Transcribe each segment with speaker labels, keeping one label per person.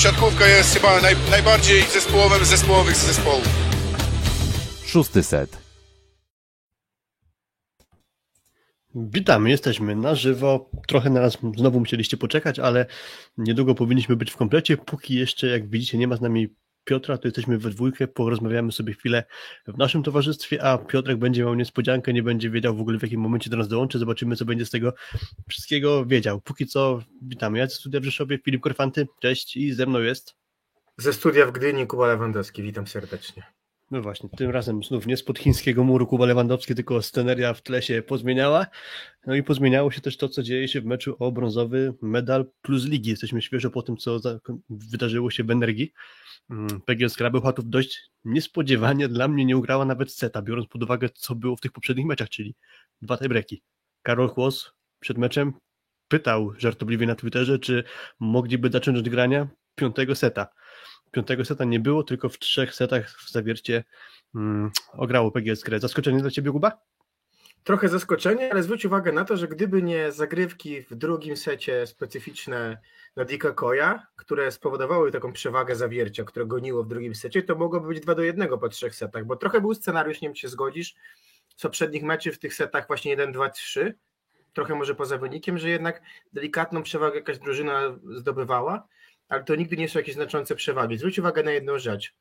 Speaker 1: siatkówka jest chyba najbardziej zespołowym zespołowych zespołów.
Speaker 2: 6. set.
Speaker 3: Witamy, jesteśmy na żywo. Trochę na nas znowu musieliście poczekać, ale niedługo powinniśmy być w komplecie. Póki jeszcze, jak widzicie, nie ma z nami Piotra, to jesteśmy we dwójkę, porozmawiamy sobie chwilę w naszym towarzystwie, a Piotrek będzie miał niespodziankę, nie będzie wiedział w ogóle, w jakim momencie do nas dołączy. Zobaczymy, co będzie z tego wszystkiego wiedział. Póki co witamy. Ja ze studia w Rzeszowie, Filip Korfanty, cześć, i ze mną jest...
Speaker 4: Ze studia w Gdyni Kuba Lewandowski, witam serdecznie.
Speaker 3: No właśnie, tym razem znów nie spod chińskiego muru Kuba Lewandowski, tylko sceneria w tle się pozmieniała. No i pozmieniało się też to, co dzieje się w meczu o brązowy medal plus ligi. Jesteśmy świeżo po tym, co wydarzyło się w Energii. PGS Krabełchatów dość niespodziewanie dla mnie nie ugrała nawet seta, biorąc pod uwagę, co było w tych poprzednich meczach, czyli 2 tiebreaki. Karol Chłos przed meczem pytał żartobliwie na Twitterze, czy mogliby zacząć od grania 5. seta. 5. seta nie było, tylko w 3 setach w Zawiercie ograło PGS Krę. Zaskoczenie dla Ciebie, Kuba?
Speaker 4: Trochę zaskoczenie, ale zwróć uwagę na to, że gdyby nie zagrywki w drugim secie specyficzne Nadika Koja, które spowodowały taką przewagę Zawiercia, które goniło w drugim secie, to mogłoby być 2-1 po 3 setach, bo trochę był scenariusz, nie wiem, czy się zgodzisz, z poprzednich meczy w tych setach właśnie 1, 2, 3, trochę może poza wynikiem, że jednak delikatną przewagę jakaś drużyna zdobywała, ale to nigdy nie są jakieś znaczące przewagi. Zwróć uwagę na jedną rzecz.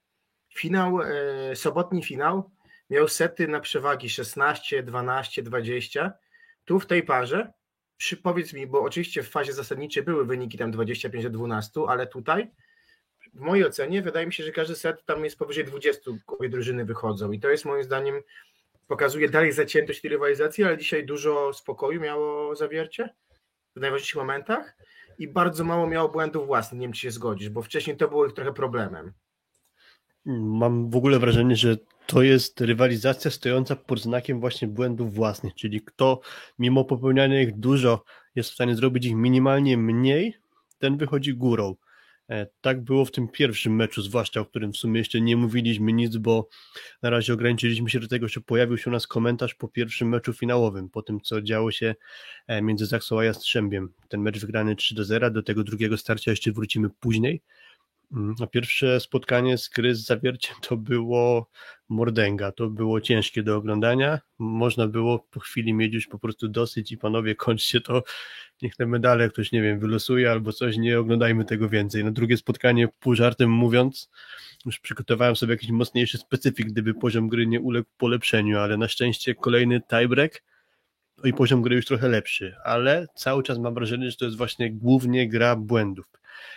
Speaker 4: Sobotni finał miał sety na przewagi 16, 12, 20. Tu w tej parze, powiedz mi, bo oczywiście w fazie zasadniczej były wyniki tam 25-12, ale tutaj w mojej ocenie wydaje mi się, że każdy set tam jest powyżej 20, obie drużyny wychodzą i to jest moim zdaniem, pokazuje dalej zaciętość tej rywalizacji, ale dzisiaj dużo spokoju miało Zawiercie w najważniejszych momentach i bardzo mało miało błędów własnych, nie wiem, czy się zgodzisz, bo wcześniej to było ich trochę problemem.
Speaker 3: Mam w ogóle wrażenie, że to jest rywalizacja stojąca pod znakiem właśnie błędów własnych, czyli kto mimo popełniania ich dużo jest w stanie zrobić ich minimalnie mniej, ten wychodzi górą. Tak było w tym pierwszym meczu, zwłaszcza o którym w sumie jeszcze nie mówiliśmy nic, bo na razie ograniczyliśmy się do tego, że pojawił się u nas komentarz po pierwszym meczu finałowym, po tym co działo się między Zaksą a Jastrzębiem. Ten mecz wygrany 3-0, do tego drugiego starcia jeszcze wrócimy później. A pierwsze spotkanie z Kry z Zawierciem to było mordęga, to było ciężkie do oglądania, można było po chwili mieć już po prostu dosyć i panowie, kończcie to, niech te medale ktoś, nie wiem, wylosuje albo coś, nie oglądajmy tego więcej. Na drugie spotkanie, pół żartem mówiąc, już przygotowałem sobie jakiś mocniejszy specyfik, gdyby poziom gry nie uległ polepszeniu, ale na szczęście kolejny tiebreak i poziom gry już trochę lepszy, ale cały czas mam wrażenie, że to jest właśnie głównie gra błędów.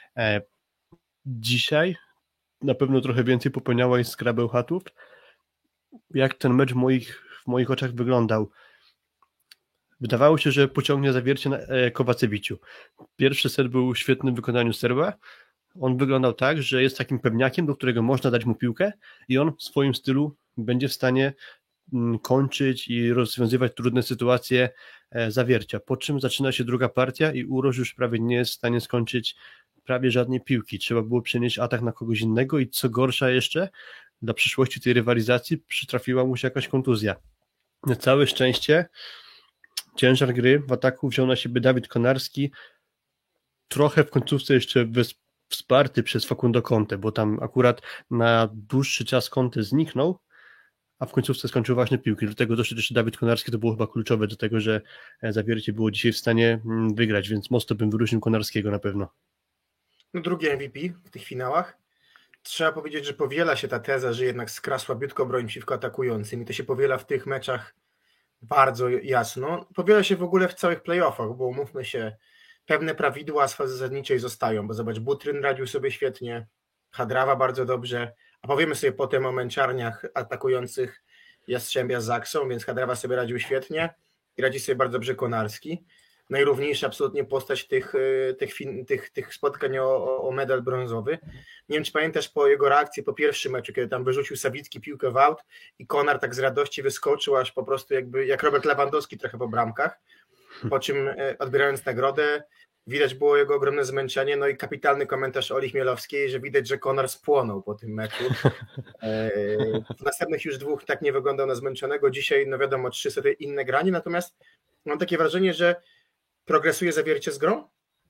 Speaker 3: Dzisiaj na pewno trochę więcej popełniała jest Skra Bełchatów. Jak ten mecz w moich oczach wyglądał? Wydawało się, że pociągnie Zawiercie na Kowacewiciu. Pierwszy set był w świetnym wykonaniu Serba. On wyglądał tak, że jest takim pewniakiem, do którego można dać mu piłkę i on w swoim stylu będzie w stanie kończyć i rozwiązywać trudne sytuacje Zawiercia. Po czym zaczyna się druga partia i Uroż już prawie nie jest w stanie skończyć prawie żadnej piłki. Trzeba było przenieść atak na kogoś innego i co gorsza jeszcze, dla przyszłości tej rywalizacji przytrafiła mu się jakaś kontuzja. Na całe szczęście ciężar gry w ataku wziął na siebie Dawid Konarski, trochę w końcówce jeszcze wsparty przez Facundo Conte, bo tam akurat na dłuższy czas Conte zniknął, a w końcówce skończył ważne piłki. Do tego doszedł jeszcze Dawid Konarski, to było chyba kluczowe do tego, że Zawiercie było dzisiaj w stanie wygrać, więc mocno bym wyróżnił Konarskiego na pewno.
Speaker 4: No drugi MVP w tych finałach. Trzeba powiedzieć, że powiela się ta teza, że jednak Skra słabiutko broni przeciwko atakującym i to się powiela w tych meczach bardzo jasno. Powiela się w ogóle w całych playoffach, bo umówmy się, pewne prawidła z fazy zasadniczej zostają, bo zobacz, Butryn radził sobie świetnie, Hadrawa bardzo dobrze, a powiemy sobie potem o męczarniach atakujących Jastrzębia z Zaksą, więc Hadrawa sobie radził świetnie i radzi sobie bardzo dobrze Konarski. Najrówniejsza absolutnie postać tych spotkań o medal brązowy. Nie wiem, czy pamiętasz po jego reakcji po pierwszym meczu, kiedy tam wyrzucił Sawicki piłkę w aut i Konar tak z radości wyskoczył, aż po prostu jak Robert Lewandowski trochę po bramkach, po czym odbierając nagrodę widać było jego ogromne zmęczenie, no i kapitalny komentarz Oli Chmielowskiej, że widać, że Konar spłonął po tym meczu. W następnych już 2 tak nie wyglądał na zmęczonego, dzisiaj no wiadomo 3 sety inne granie, natomiast mam takie wrażenie, że progresuje Zawiercie z grą,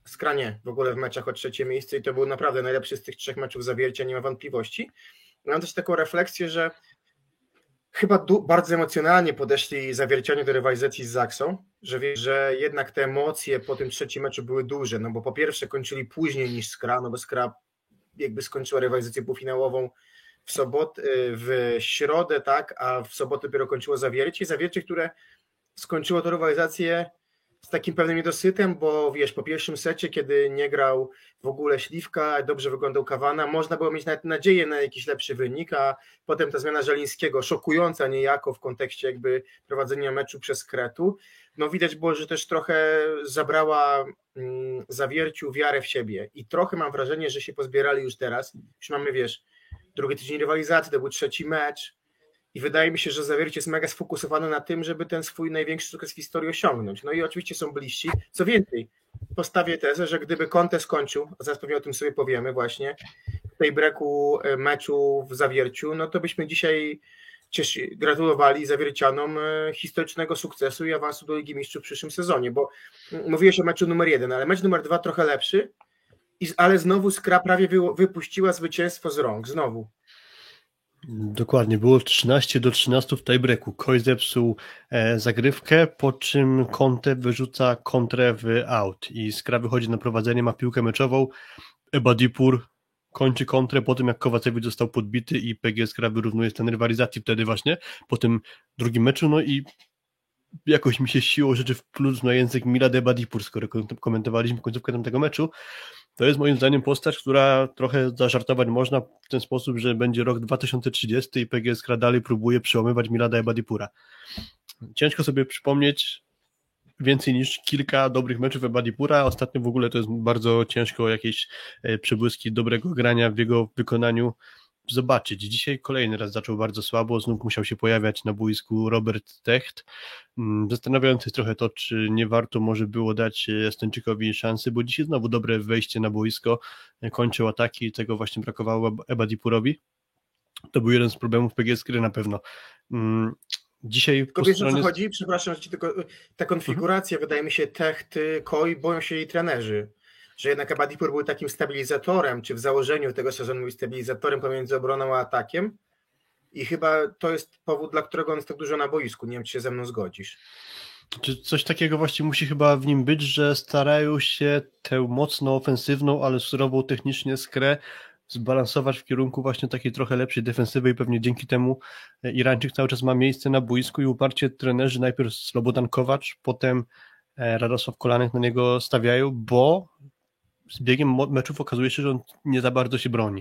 Speaker 4: Skra nie, w ogóle w meczach o trzecie miejsce i to był naprawdę najlepszy z tych 3 meczów Zawiercia, nie ma wątpliwości. Mam też taką refleksję, że chyba bardzo emocjonalnie podeszli Zawiercianie do rywalizacji z Zaksą, że jednak te emocje po tym trzecim meczu były duże, no bo po pierwsze kończyli później niż Skra, no bo Skra jakby skończyła rywalizację półfinałową w środę, tak, a w sobotę dopiero kończyło Zawiercie, które skończyło tę rywalizację z takim pewnym niedosytem, bo wiesz, po pierwszym secie, kiedy nie grał w ogóle Śliwka, dobrze wyglądał Kawana, można było mieć nawet nadzieję na jakiś lepszy wynik, a potem ta zmiana Żalińskiego, szokująca niejako w kontekście jakby prowadzenia meczu przez Kretu, no widać było, że też trochę zabrała Zawierciu wiarę w siebie i trochę mam wrażenie, że się pozbierali już teraz, już mamy, wiesz, drugi tydzień rywalizacji, to był trzeci mecz, i wydaje mi się, że Zawiercie jest mega sfokusowane na tym, żeby ten swój największy sukces w historii osiągnąć. No i oczywiście są bliżsi. Co więcej, postawię tezę, że gdyby Conte skończył, a zaraz pewnie o tym sobie powiemy właśnie, w tej breaku meczu w Zawierciu, no to byśmy dzisiaj gratulowali Zawiercianom historycznego sukcesu i awansu do Ligi Mistrzów w przyszłym sezonie, bo mówiłeś o meczu numer 1, ale mecz numer 2 trochę lepszy, ale znowu Skra prawie wypuściła zwycięstwo z rąk, znowu.
Speaker 3: Dokładnie, było 13-13 w tiebreaku. Koi zepsuł zagrywkę, po czym Conte wyrzuca kontrę w out i Skra wychodzi na prowadzenie, ma piłkę meczową, Ebadipur kończy kontrę po tym, jak Kowacewicz został podbity i PGS Skra wyrównuje ten rywalizacji wtedy właśnie po tym drugim meczu, no i jakoś mi się siłą rzeczy wplótł na język Milad Ebadipur, skoro komentowaliśmy końcówkę tamtego meczu. To jest moim zdaniem postać, która trochę zażartować można w ten sposób, że będzie rok 2030 i PGS Skra dalej próbuje przełamywać Milada Ebadipura. Ciężko sobie przypomnieć więcej niż kilka dobrych meczów Ebadipura. Ostatnio w ogóle to jest bardzo ciężko jakieś przebłyski dobrego grania w jego wykonaniu zobaczyć. Dzisiaj kolejny raz zaczął bardzo słabo, znów musiał się pojawiać na boisku Robert Techt. Zastanawiające jest trochę to, czy nie warto może było dać Estończykowi szansy, bo dzisiaj znowu dobre wejście na boisko, kończył ataki i tego właśnie brakowało Ebadipurowi. To był jeden z problemów PGS Skry na pewno. Dzisiaj
Speaker 4: tylko wiesz, o co chodzi? Przepraszam, że ci tylko ta konfiguracja, wydaje mi się, Techt, Koi, boją się jej trenerzy. Że jednak Ebadipur był takim stabilizatorem, czy w założeniu tego sezonu był stabilizatorem pomiędzy obroną a atakiem i chyba to jest powód, dla którego on jest tak dużo na boisku. Nie wiem, czy się ze mną zgodzisz.
Speaker 3: Czy coś takiego właśnie musi chyba w nim być, że starają się tę mocno ofensywną, ale surową technicznie Skrę zbalansować w kierunku właśnie takiej trochę lepszej defensywy i pewnie dzięki temu Irańczyk cały czas ma miejsce na boisku i uparcie trenerzy, najpierw Slobodan Kowacz, potem Radosław Kolanek na niego stawiają, bo z biegiem meczów okazuje się, że on nie za bardzo się broni.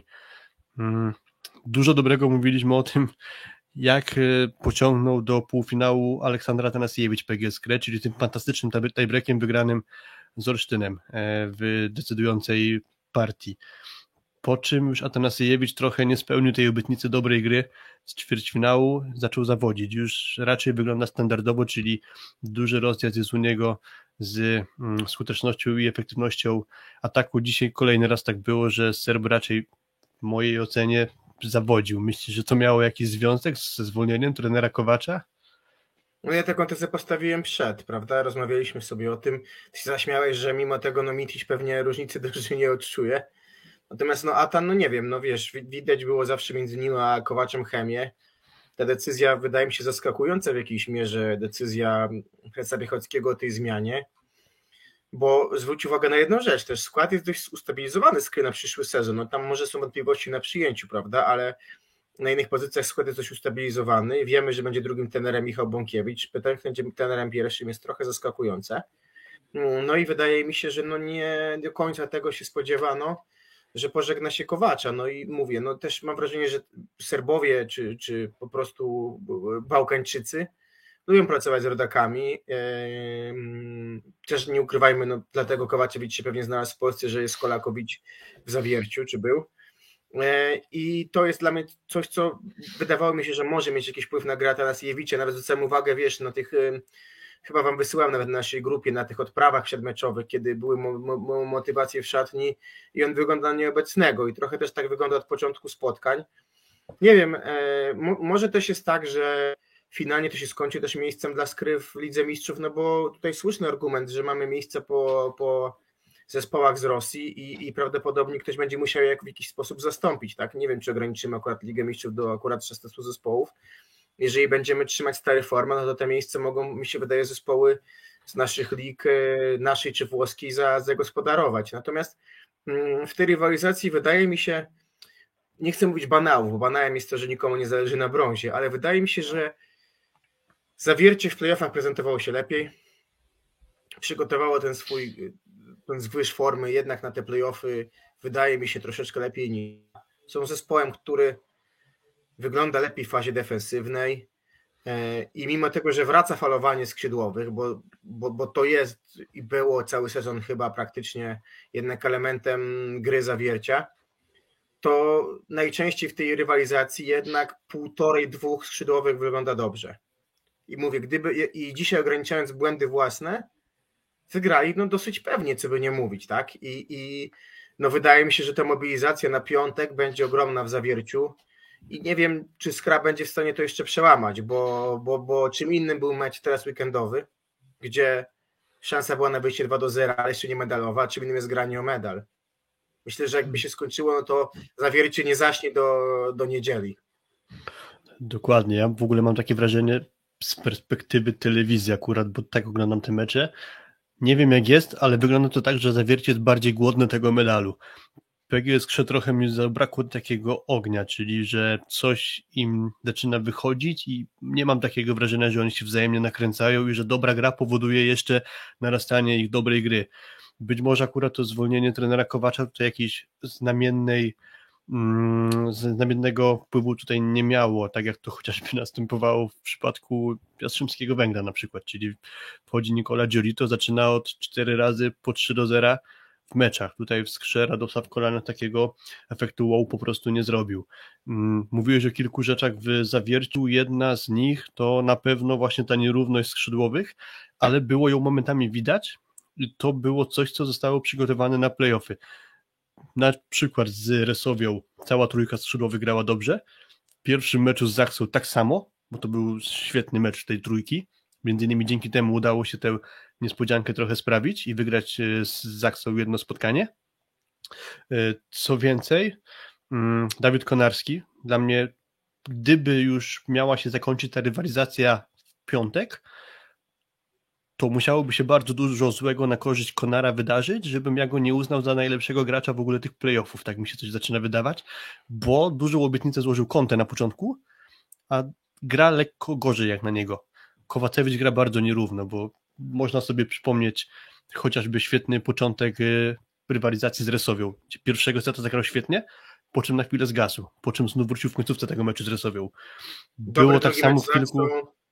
Speaker 3: Dużo dobrego mówiliśmy o tym, jak pociągnął do półfinału Aleksandra Atanasiewicz PGS Skra, czyli tym fantastycznym tiebreakiem wygranym z Olsztynem w decydującej partii. Po czym już Atanasiewicz trochę nie spełnił tej obietnicy dobrej gry z ćwierćfinału, zaczął zawodzić. Już raczej wygląda standardowo, czyli duży rozjazd jest u niego z skutecznością i efektywnością ataku. Dzisiaj kolejny raz tak było, że Serb raczej w mojej ocenie zawodził. Myślisz, że to miało jakiś związek ze zwolnieniem trenera Kowacza?
Speaker 4: No ja taką tezę postawiłem przed, prawda? Rozmawialiśmy sobie o tym. Ty się zaśmiałeś, że mimo tego Mitić pewnie różnicy drużyny nie odczuje. Natomiast Atan, nie wiem, wiesz, widać było zawsze między nim a Kowaczem chemię. Ta decyzja wydaje mi się zaskakująca w jakiejś mierze, decyzja Hreca Biechockiego o tej zmianie, bo zwróć uwagę na jedną rzecz, też skład jest dość ustabilizowany na przyszły sezon, tam może są wątpliwości na przyjęciu, prawda, ale na innych pozycjach skład jest dość ustabilizowany, wiemy, że będzie drugim trenerem Michał Bąkiewicz, pytanie, kto będzie trenerem pierwszym jest trochę zaskakujące, no i wydaje mi się, że nie do końca tego się spodziewano, że pożegna się Kowacza, i mówię, też mam wrażenie, że Serbowie czy po prostu Bałkańczycy lubią pracować z rodakami, też nie ukrywajmy, dlatego Kowaczewicz się pewnie znalazł w Polsce, że jest Kolakowicz w Zawierciu, czy był, i to jest dla mnie coś, co wydawało mi się, że może mieć jakiś wpływ na grę Atanasiewicza, nawet zwrócałem uwagę, wiesz, na tych, chyba wam wysyłałem nawet na naszej grupie, na tych odprawach przedmeczowych, kiedy były motywacje w szatni i on wygląda na nieobecnego i trochę też tak wygląda od początku spotkań. Nie wiem, może też jest tak, że finalnie to się skończy też miejscem dla Skry w Lidze Mistrzów, bo tutaj słuszny argument, że mamy miejsce po zespołach z Rosji i prawdopodobnie ktoś będzie musiał je w jakiś sposób zastąpić, tak? Nie wiem, czy ograniczymy akurat Ligę Mistrzów do akurat 16 zespołów. Jeżeli będziemy trzymać stare formy, no to te miejsca mogą, mi się wydaje, zespoły z naszych lig, naszej czy włoskiej zagospodarować. Natomiast w tej rywalizacji wydaje mi się, nie chcę mówić banałów, bo banałem jest to, że nikomu nie zależy na brązie, ale wydaje mi się, że Zawiercie w playoffach prezentowało się lepiej, przygotowało ten zwyż formy jednak na te playoffy, wydaje mi się troszeczkę lepiej niż są zespołem, który wygląda lepiej w fazie defensywnej i mimo tego, że wraca falowanie skrzydłowych, bo to jest i było cały sezon chyba praktycznie jednak elementem gry Zawiercia, to najczęściej w tej rywalizacji jednak 1,5-2 skrzydłowych wygląda dobrze. I mówię, i dzisiaj ograniczając błędy własne, wygrali dosyć pewnie, co by nie mówić, tak? I wydaje mi się, że ta mobilizacja na piątek będzie ogromna w Zawierciu i nie wiem, czy Skra będzie w stanie to jeszcze przełamać, bo czym innym był mecz teraz weekendowy, gdzie szansa była na wyjście 2-0, ale jeszcze nie medalowa, a czym innym jest granie o medal. Myślę, że jakby się skończyło, no to Zawiercie nie zaśnie do niedzieli.
Speaker 3: Dokładnie, ja w ogóle mam takie wrażenie z perspektywy telewizji akurat, bo tak oglądam te mecze. Nie wiem jak jest, ale wygląda to tak, że Zawiercie jest bardziej głodne tego medalu. PGS Skrze trochę mi zabrakło takiego ognia, czyli że coś im zaczyna wychodzić i nie mam takiego wrażenia, że oni się wzajemnie nakręcają i że dobra gra powoduje jeszcze narastanie ich dobrej gry. Być może akurat to zwolnienie trenera Kowacza to jakiejś znamiennego wpływu tutaj nie miało, tak jak to chociażby następowało w przypadku Jastrzębskiego Węgla na przykład, czyli wchodzi Nicola Giolito, zaczyna od 4 razy po 3-0 w meczach. Tutaj w Skrze Radosław Kolana takiego efektu wow po prostu nie zrobił. Mówiłeś o kilku rzeczach w Zawierciu, jedna z nich to na pewno właśnie ta nierówność skrzydłowych, ale było ją momentami widać i to było coś, co zostało przygotowane na play-offy. Na przykład z Resowią cała trójka skrzydłowych grała dobrze. W pierwszym meczu z Zaksą tak samo, bo to był świetny mecz tej trójki. Między innymi dzięki temu udało się tę niespodziankę trochę sprawić i wygrać z Zaksą jedno spotkanie. Co więcej, Dawid Konarski, dla mnie, gdyby już miała się zakończyć ta rywalizacja w piątek, to musiałoby się bardzo dużo złego na korzyść Konara wydarzyć, żebym ja go nie uznał za najlepszego gracza w ogóle tych playoffów, tak mi się coś zaczyna wydawać, bo dużą obietnicę złożył Conte na początku, a gra lekko gorzej jak na niego. Kowacewicz gra bardzo nierówno, bo można sobie przypomnieć chociażby świetny początek rywalizacji z Resowią, gdzie pierwszego seta zagrał świetnie, po czym na chwilę zgasł, po czym znów wrócił w końcówce tego meczu z Resowią. Było tak samo w kilku...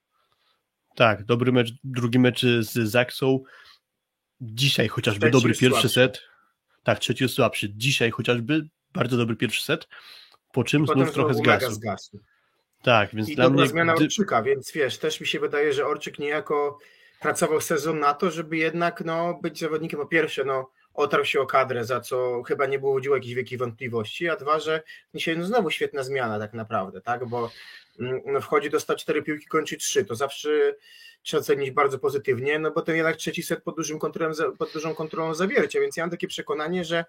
Speaker 3: Tak, dobry mecz, drugi mecz z Zaksą. Dzisiaj chociażby trzeci dobry pierwszy set. Tak, trzeci jest słabszy. Dzisiaj chociażby bardzo dobry pierwszy set, po czym znów trochę zgasł. Tak, więc
Speaker 4: i
Speaker 3: dla mnie...
Speaker 4: zmiana Orczyka, więc wiesz, też mi się wydaje, że Orczyk niejako pracował sezon na to, żeby jednak być zawodnikiem, po pierwsze, otarł się o kadrę, za co chyba nie było jakichś wielkich wątpliwości, a dwa, że dzisiaj znowu świetna zmiana tak naprawdę, tak, bo wchodzi do 104 piłki, kończy 3, to zawsze trzeba ocenić bardzo pozytywnie, bo ten jednak trzeci set pod dużą kontrolą Zawiercia, więc ja mam takie przekonanie, że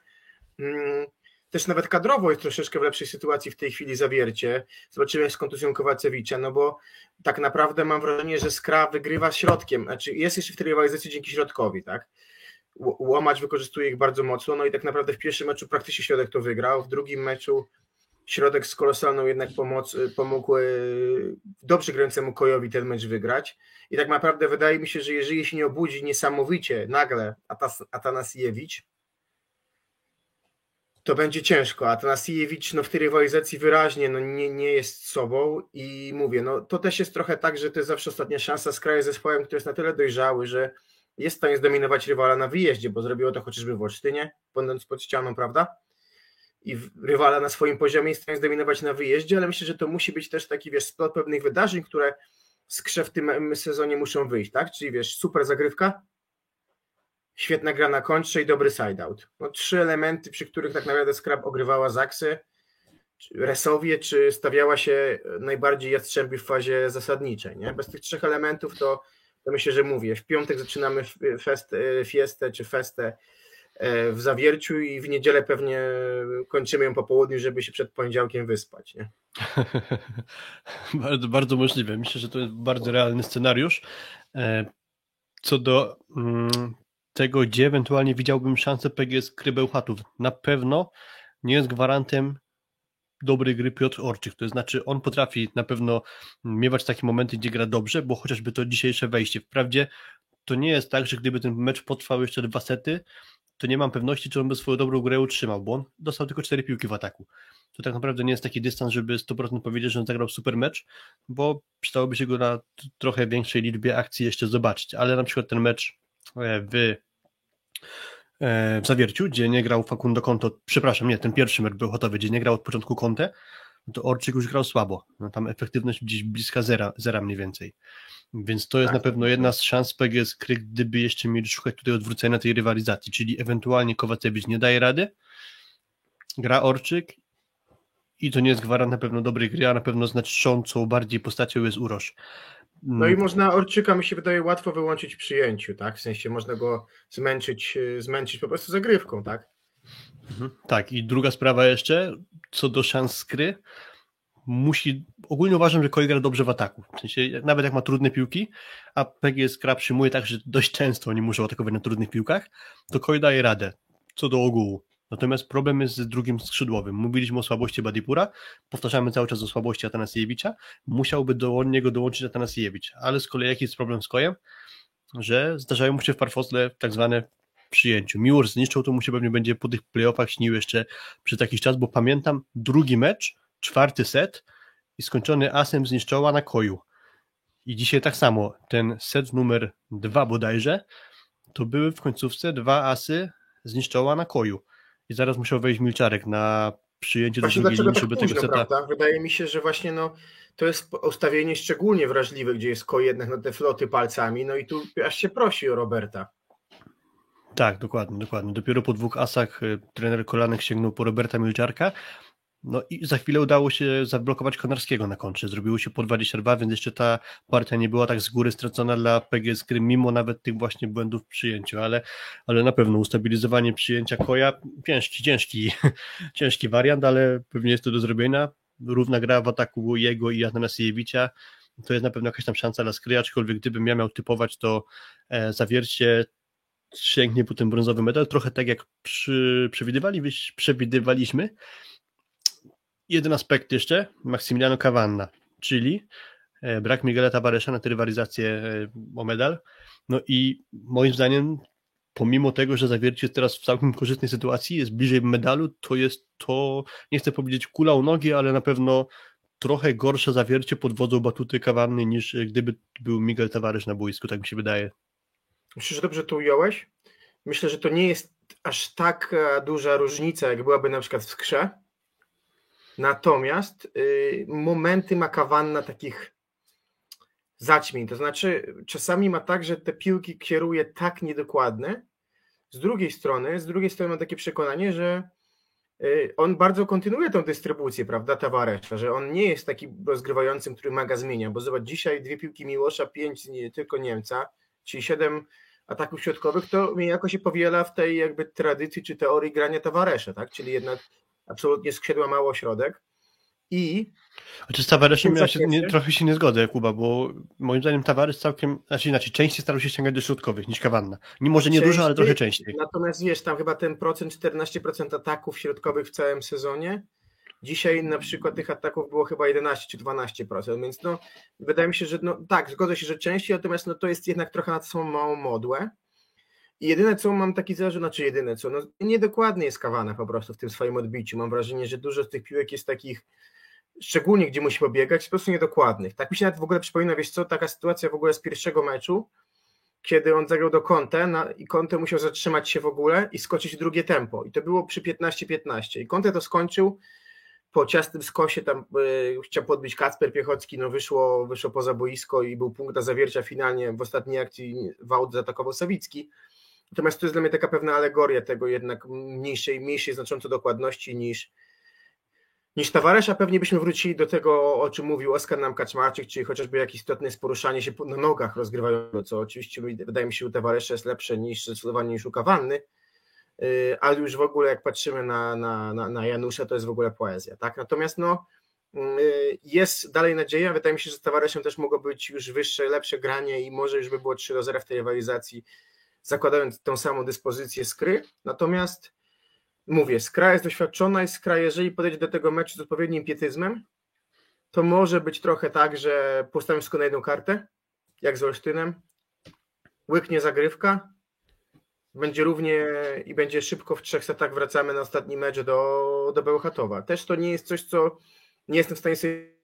Speaker 4: też nawet kadrowo jest troszeczkę w lepszej sytuacji w tej chwili Zawiercie. Zobaczymy z kontuzją Kowacewicza, bo tak naprawdę mam wrażenie, że Skra wygrywa środkiem, znaczy jest jeszcze w tej rywalizacji dzięki środkowi, tak? Łomacz wykorzystuje ich bardzo mocno, i tak naprawdę w pierwszym meczu praktycznie środek to wygrał, w drugim meczu środek z kolosalną jednak pomógł dobrze grającemu Kojowi ten mecz wygrać i tak naprawdę wydaje mi się, że jeżeli się nie obudzi niesamowicie nagle Atanasiewicz, to będzie ciężko. Atanasiewicz w tej rywalizacji wyraźnie nie jest sobą i mówię, to też jest trochę tak, że to jest zawsze ostatnia szansa. Skra jest zespołem, który jest na tyle dojrzały, że jest w stanie zdominować rywala na wyjeździe, bo zrobiło to chociażby w Olsztynie, będąc pod ścianą, prawda? I rywala na swoim poziomie jest w stanie zdominować na wyjeździe, ale myślę, że to musi być też taki, splot pewnych wydarzeń, które Skrze w tym sezonie muszą wyjść, tak? Czyli super zagrywka, świetna gra na kontrze i dobry side-out. 3 elementy, przy których tak naprawdę Skra ogrywała Zaksy, Resowie, czy stawiała się najbardziej Jastrzębiu w fazie zasadniczej, nie? Bez tych 3 elementów to myślę, że mówię, w piątek zaczynamy fiestę w Zawierciu i w niedzielę pewnie kończymy ją po południu, żeby się przed poniedziałkiem wyspać. Nie?
Speaker 3: Bardzo, bardzo możliwe. Myślę, że to jest bardzo realny scenariusz. Co do tego, gdzie ewentualnie widziałbym szansę PGS Krybełchatów, na pewno nie jest gwarantem dobrej gry Piotr Orczyk, to znaczy on potrafi na pewno miewać takie momenty, gdzie gra dobrze, bo chociażby to dzisiejsze wejście. Wprawdzie to nie jest tak, że gdyby ten mecz potrwał jeszcze 2 sety, to nie mam pewności, czy on by swoją dobrą grę utrzymał, bo on dostał tylko 4 piłki w ataku. To tak naprawdę nie jest taki dystans, żeby 100% powiedzieć, że on zagrał super mecz, bo przydałoby się go na trochę większej liczbie akcji jeszcze zobaczyć, ale na przykład ten mecz w Zawierciu, gdzie nie grał Facundo Conto, przepraszam, nie, ten pierwszy mecz był gotowy, gdzie nie grał od początku Conte, to Orczyk już grał słabo. No, tam efektywność gdzieś bliska zera mniej więcej. Więc to jest na pewno jedna z szans PGS Kryk, gdyby jeszcze mieli szukać tutaj odwrócenia tej rywalizacji, czyli ewentualnie Kowacewicz nie daje rady, gra Orczyk i to nie jest gwarant na pewno dobrej gry, a na pewno znaczącą bardziej postacią jest Urosz.
Speaker 4: No i można Orczyka, mi się wydaje, łatwo wyłączyć w przyjęciu, tak? W sensie można go zmęczyć po prostu zagrywką, tak?
Speaker 3: Tak, i druga sprawa jeszcze, co do szans skry, ogólnie uważam, że Koi gra dobrze w ataku, w sensie nawet jak ma trudne piłki, a PGS gra przyjmuje tak, że dość często oni muszą atakować na trudnych piłkach, to Koi daje radę, co do ogółu. Natomiast problem jest z drugim skrzydłowym. Mówiliśmy o słabości Badipura, powtarzamy cały czas o słabości Atanasiewicza, musiałby do niego dołączyć Atanasiewicz, ale z kolei jaki jest problem z Kojem? Że zdarzają mu się w Farfosle tak zwane przyjęciu. Miłosz zniszczył, to mu się pewnie będzie po tych playoffach śnił jeszcze przez jakiś czas, bo pamiętam drugi mecz, 4. set i skończony asem zniszczoła na Koju. I dzisiaj tak samo, ten set numer 2 bodajże, to były w końcówce 2 asy zniszczoła na Koju. I zaraz musiał wejść Milczarek na przyjęcie
Speaker 4: Właśnie
Speaker 3: do drugiej linii,
Speaker 4: tak
Speaker 3: żeby
Speaker 4: późno,
Speaker 3: tego seta...
Speaker 4: prawda? Wydaje mi się, że właśnie to jest ustawienie szczególnie wrażliwe, gdzie jest Koi jednak na te floty palcami, no i tu aż się prosi o Roberta.
Speaker 3: Tak, dokładnie. Dopiero po 2 asach trener Kolanek sięgnął po Roberta Milczarka. No i za chwilę udało się zablokować Konarskiego na kontrze. Zrobiło się po 22, więc jeszcze ta partia nie była tak z góry stracona dla PGS Gry, mimo nawet tych właśnie błędów w przyjęciu, ale na pewno ustabilizowanie przyjęcia Koja, ciężki wariant, ale pewnie jest to do zrobienia. Równa gra w ataku jego i Atanasiewicza, to jest na pewno jakaś tam szansa dla Skry, aczkolwiek gdybym ja miał typować, to Zawiercie sięgnie po ten brązowy medal, trochę tak jak przewidywaliśmy. Jeden aspekt jeszcze, Maximiliano Cavanna, czyli brak Miguela Tavaresza na tę rywalizację o medal. No i moim zdaniem, pomimo tego, że Zawiercie jest teraz w całkiem korzystnej sytuacji, jest bliżej medalu, to jest to, nie chcę powiedzieć kula u nogi, ale na pewno trochę gorsze Zawiercie pod wodzą Batuty Cavanny niż gdyby był Miguel Tavares na boisku, tak mi się wydaje.
Speaker 4: Myślę, że dobrze to ująłeś. Myślę, że to nie jest aż tak duża różnica, jak byłaby na przykład w Skrze. Natomiast momenty ma Cavanna takich zaćmień. To znaczy czasami ma tak, że te piłki kieruje tak niedokładne. Z drugiej strony mam takie przekonanie, że on bardzo kontynuuje tą dystrybucję, prawda, Tavaresa, że on nie jest taki rozgrywającym, który maga zmienia, bo zobacz, dzisiaj 2 piłki Miłosza, 5 tylko Niemca, czyli 7 ataków środkowych, to niejako się powiela w tej jakby tradycji czy teorii grania Tavaresa, tak, czyli jednak absolutnie skrzydła mało środek. I
Speaker 3: Chociaż z Tavaresem trochę się nie zgodzę, Kuba, bo moim zdaniem Tavares częściej starał się ściągać do środkowych niż Cavanna. Może nie dużo, ale trochę częściej.
Speaker 4: Natomiast wiesz, tam chyba ten procent 14% ataków środkowych w całym sezonie. Dzisiaj na przykład tych ataków było chyba 11 czy 12%, więc wydaje mi się, że tak, zgodzę się, że częściej, natomiast to jest jednak trochę na tą małą modłę. I jedyne co mam taki zarzut, niedokładny jest Cavanna po prostu w tym swoim odbiciu. Mam wrażenie, że dużo z tych piłek jest takich, szczególnie gdzie musi pobiegać, po prostu niedokładnych. Tak mi się nawet w ogóle przypomina, wiesz co, taka sytuacja w ogóle z pierwszego meczu, kiedy on zagrał do Conte i Conte musiał zatrzymać się w ogóle i skoczyć w drugie tempo. I to było przy 15-15. I Conte to skończył po ciasnym skosie, tam chciał podbić Kacper Piechocki, wyszło poza boisko i był punkt do Zawiercia finalnie w ostatniej akcji Wout zaatakował Sawicki. Natomiast to jest dla mnie taka pewna alegoria tego jednak mniejszej znacząco dokładności niż Tavares, a pewnie byśmy wrócili do tego, o czym mówił Oskar nam Kaczmarczyk, czyli chociażby jakieś istotne jest poruszanie się na nogach rozgrywające, co oczywiście wydaje mi się u Tavaresa jest lepsze zdecydowanie niż u Cavanny, a już w ogóle jak patrzymy na Janusza, to jest w ogóle poezja, tak? Natomiast jest dalej nadzieja, wydaje mi się, że z Tavaresem też mogło być już wyższe, lepsze granie i może już by było 3-0 w tej rywalizacji, zakładając tą samą dyspozycję Skry, natomiast mówię, Skra jest doświadczona i Skra, jeżeli podejdzie do tego meczu z odpowiednim pietyzmem, to może być trochę tak, że postawimy wszystko na jedną kartę, jak z Olsztynem, łyknie zagrywka, będzie równie i będzie szybko w 3 setach, wracamy na ostatni mecz do Bełchatowa. Też to nie jest coś, co nie jestem w stanie sobie...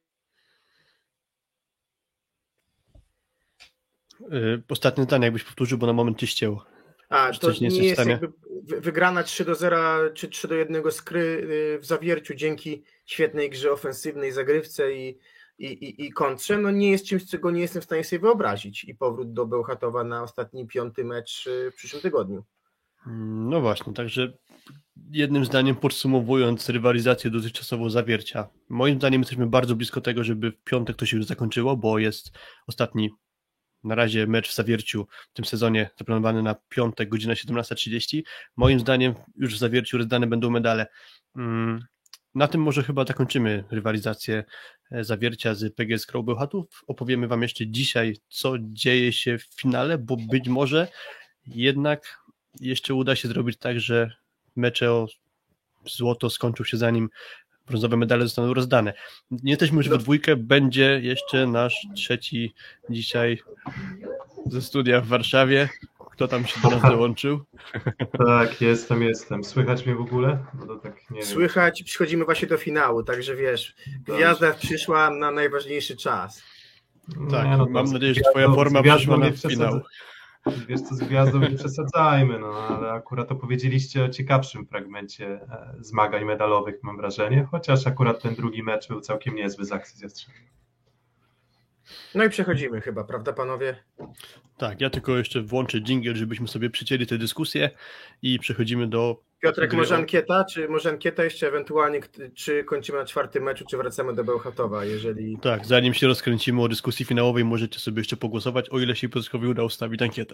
Speaker 3: Ostatnie zdanie, jakbyś powtórzył, bo na moment cię ścięło.
Speaker 4: To nie jest jakby wygrana 3-0 czy 3-1 Skry w Zawierciu dzięki świetnej grze ofensywnej, zagrywce i kontrze, nie jest czymś, czego nie jestem w stanie sobie wyobrazić i powrót do Bełchatowa na ostatni 5. mecz w przyszłym tygodniu.
Speaker 3: No właśnie, także jednym zdaniem podsumowując rywalizację dotychczasową Zawiercia, moim zdaniem jesteśmy bardzo blisko tego, żeby w piątek to się już zakończyło, bo jest ostatni na razie mecz w Zawierciu w tym sezonie zaplanowany na piątek, godzina 17:30. Moim zdaniem już w Zawierciu rozdane będą medale. Na tym może chyba zakończymy rywalizację Zawiercia z PGS Crow Bełchatów. Opowiemy wam jeszcze dzisiaj, co dzieje się w finale, bo być może jednak jeszcze uda się zrobić tak, że mecze o złoto skończą się zanim brązowe medale zostaną rozdane. Nie jesteśmy już we dwójkę, będzie jeszcze nasz trzeci dzisiaj ze studia w Warszawie. Kto tam się do nas dołączył?
Speaker 5: Tak, jestem. Słychać mnie w ogóle? Bo to tak nie
Speaker 4: Słychać, przychodzimy właśnie do finału, także wiesz, gwiazda przyszła na najważniejszy czas.
Speaker 3: Tak, mam nadzieję, że twoja forma przyszła na finał.
Speaker 5: Wiesz co, z gwiazdą nie przesadzajmy, ale akurat opowiedzieliście o ciekawszym fragmencie zmagań medalowych, mam wrażenie, chociaż akurat ten drugi mecz był całkiem niezły z Akcji Jastrzębia.
Speaker 4: No i przechodzimy chyba, prawda panowie?
Speaker 3: Tak, ja tylko jeszcze włączę dżingiel, żebyśmy sobie przycięli tę dyskusję i przechodzimy do...
Speaker 4: Piotrek, może ankieta jeszcze ewentualnie, czy kończymy na 4. meczu, czy wracamy do Bełchatowa, jeżeli...
Speaker 3: Tak, zanim się rozkręcimy o dyskusji finałowej, możecie sobie jeszcze pogłosować, o ile się Piotrkowi uda ustawić ankietę.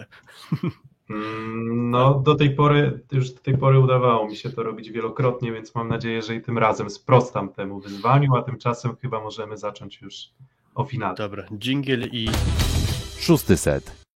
Speaker 5: Do tej pory udawało mi się to robić wielokrotnie, więc mam nadzieję, że i tym razem sprostam temu wyzwaniu, a tymczasem chyba możemy zacząć już o finale.
Speaker 3: Dobra, dżingiel i...
Speaker 2: 6. set.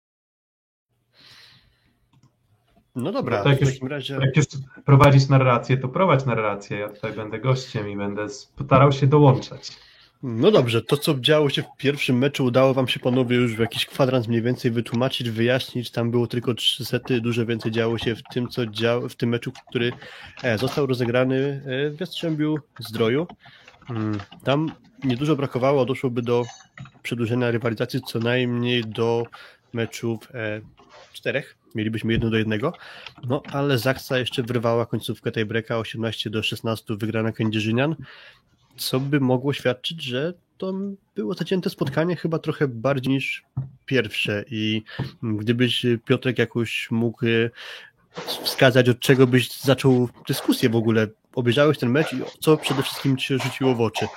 Speaker 3: No dobra,
Speaker 5: tak
Speaker 3: w takim razie...
Speaker 5: Jak już prowadzić narrację, to prowadź narrację. Ja tutaj będę gościem i będę starał się dołączać.
Speaker 3: No dobrze, to co działo się w pierwszym meczu udało wam się panowie już w jakiś kwadrans mniej więcej wytłumaczyć, wyjaśnić. Tam było tylko 3 sety, dużo więcej działo się w tym, co działo w tym meczu, który został rozegrany w Jastrzębiu Zdroju. Tam niedużo brakowało, doszłoby do przedłużenia rywalizacji co najmniej do meczów 4. Mielibyśmy 1-1, ale Zaksa jeszcze wyrwała końcówkę tej breaka 18-16 wygrana Kędzierzynian, co by mogło świadczyć, że to było zacięte spotkanie chyba trochę bardziej niż pierwsze i gdybyś Piotrek jakoś mógł wskazać, od czego byś zaczął dyskusję w ogóle, obejrzałeś ten mecz i co przede wszystkim ci się rzuciło w oczy?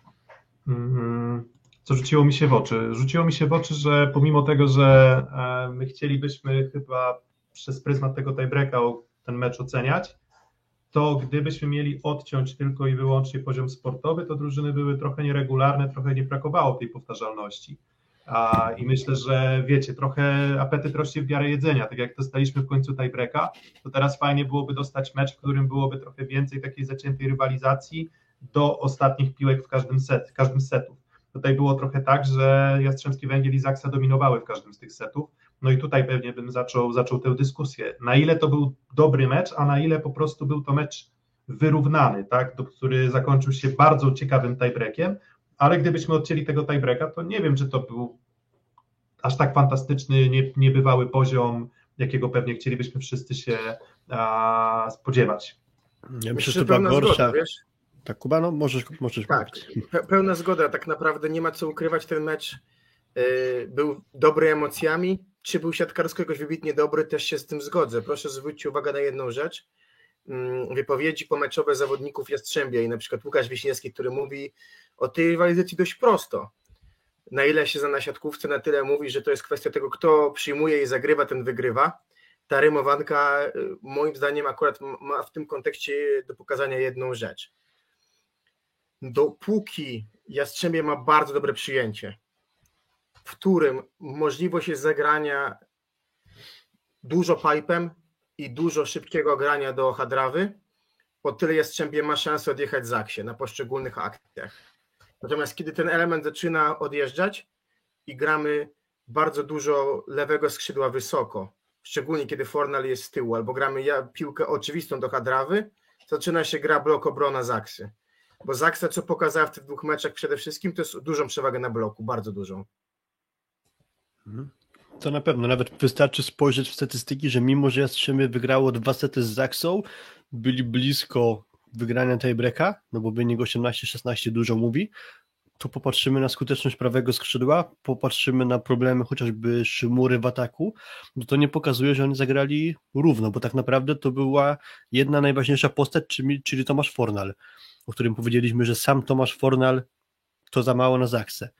Speaker 5: Co rzuciło mi się w oczy? Rzuciło mi się w oczy, że pomimo tego, że my chcielibyśmy chyba przez pryzmat tego tiebreaka ten mecz oceniać, to gdybyśmy mieli odciąć tylko i wyłącznie poziom sportowy, to drużyny były trochę nieregularne, trochę nie brakowało tej powtarzalności. I myślę, że wiecie, trochę apetyt rośnie w miarę jedzenia. Tak jak dostaliśmy w końcu tiebreaka, to teraz fajnie byłoby dostać mecz, w którym byłoby trochę więcej takiej zaciętej rywalizacji do ostatnich piłek w każdym z setów. Tutaj było trochę tak, że Jastrzębski Węgiel i Zaksa dominowały w każdym z tych setów. No i tutaj pewnie bym zaczął tę dyskusję. Na ile to był dobry mecz, a na ile po prostu był to mecz wyrównany, tak, który zakończył się bardzo ciekawym tiebreakiem, ale gdybyśmy odcięli tego tiebreaka, to nie wiem, czy to był aż tak fantastyczny, niebywały poziom, jakiego pewnie chcielibyśmy wszyscy się spodziewać.
Speaker 3: Ja myślę, że to była gorsza. Zgoda, wiesz? Tak, Kuba, no możesz
Speaker 4: tak, pełna zgoda, tak naprawdę nie ma co ukrywać, ten mecz był dobry emocjami, czy był siatkarsko jakoś wybitnie dobry, też się z tym zgodzę. Proszę zwrócić uwagę na jedną rzecz, wypowiedzi pomeczowe zawodników Jastrzębia i na przykład Łukasz Wiśniewski, który mówi o tej rywalizacji dość prosto. Na ile się zna na siatkówce, na tyle mówi, że to jest kwestia tego, kto przyjmuje i zagrywa, ten wygrywa. ta rymowanka moim zdaniem akurat ma w tym kontekście do pokazania jedną rzecz. Dopóki Jastrzębie ma bardzo dobre przyjęcie, w którym możliwość jest zagrania dużo pipem i dużo szybkiego grania do hadrawy, o tyle Jastrzębie ma szansę odjechać Zaksie na poszczególnych akcjach. Natomiast kiedy ten element zaczyna odjeżdżać i gramy bardzo dużo lewego skrzydła wysoko, szczególnie kiedy Fornal jest z tyłu, albo gramy piłkę oczywistą do hadrawy, zaczyna się gra blok obrona Zaksy. Bo Zaksa, co pokazała w tych 2 meczach przede wszystkim, to jest dużą przewagę na bloku, bardzo dużą.
Speaker 3: To na pewno, nawet wystarczy spojrzeć w statystyki, że mimo, że Jastrzębie wygrało 2 sety z Zaksą, byli blisko wygrania tiebreaka, no bo wynik 18-16 dużo mówi, to popatrzymy na skuteczność prawego skrzydła, popatrzymy na problemy chociażby Szymury w ataku, no to nie pokazuje, że oni zagrali równo, bo tak naprawdę to była jedna najważniejsza postać, czyli Tomasz Fornal, o którym powiedzieliśmy, że sam Tomasz Fornal to za mało na Zaksę.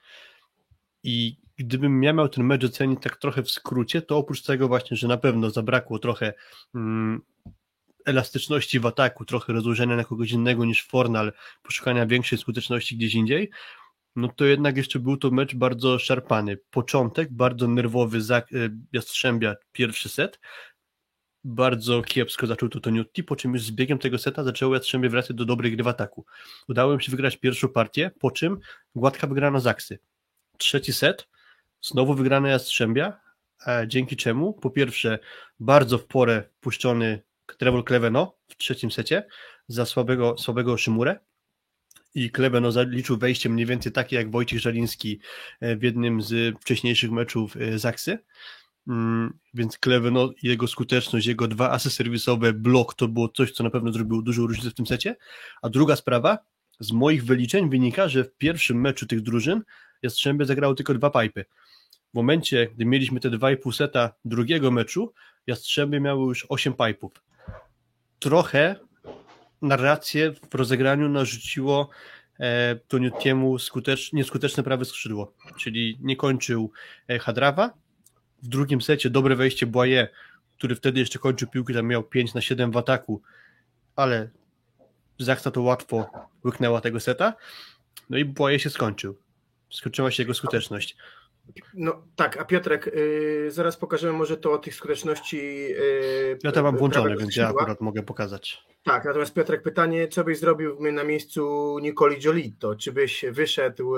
Speaker 3: I gdybym ja miał ten mecz ocenić tak trochę w skrócie, to oprócz tego właśnie, że na pewno zabrakło trochę elastyczności w ataku, trochę rozłożenia na kogoś innego niż Fornal, poszukania większej skuteczności gdzieś indziej, no to jednak jeszcze był to mecz bardzo szarpany. Początek, bardzo nerwowy Jastrzębia, pierwszy set, bardzo kiepsko zaczął to Toniutti, po czym już z biegiem tego seta zaczęło Jastrzębie wracać do dobrej gry w ataku. Udało im się wygrać pierwszą partię, po czym gładka wygrana Zaksy. Trzeci set, znowu wygrana Jastrzębia, dzięki czemu po pierwsze bardzo w porę puszczony Trevor Kleveno w trzecim secie za słabego Szymurę i Kleveno zaliczył wejście mniej więcej takie jak Wojciech Żaliński w jednym z wcześniejszych meczów Zaksy, więc Kleveno i jego skuteczność, jego 2 asy serwisowe, blok to było coś, co na pewno zrobiło dużą różnicę w tym secie. A druga sprawa, z moich wyliczeń wynika, że w pierwszym meczu tych drużyn Jastrzębie zagrało tylko 2 pipy. W momencie, gdy mieliśmy te 2,5 seta drugiego meczu, Jastrzębie miały już 8 pipów. Trochę narrację w rozegraniu narzuciło Toniuttiemu nieskuteczne prawe skrzydło, czyli nie kończył Hadrawa. W drugim secie dobre wejście Boye, który wtedy jeszcze kończył piłki, tam miał 5/7 w ataku, ale Zaksa to łatwo łyknęła tego seta, no i Boye się skończył. Skończyła się jego skuteczność.
Speaker 4: No tak, a Piotrek, zaraz pokażemy może to o tych skuteczności.
Speaker 3: Ja to mam włączone, więc ja akurat mogę pokazać.
Speaker 4: Tak, natomiast Piotrek, pytanie, co byś zrobił na miejscu Nicoli Giolito? Czy byś wyszedł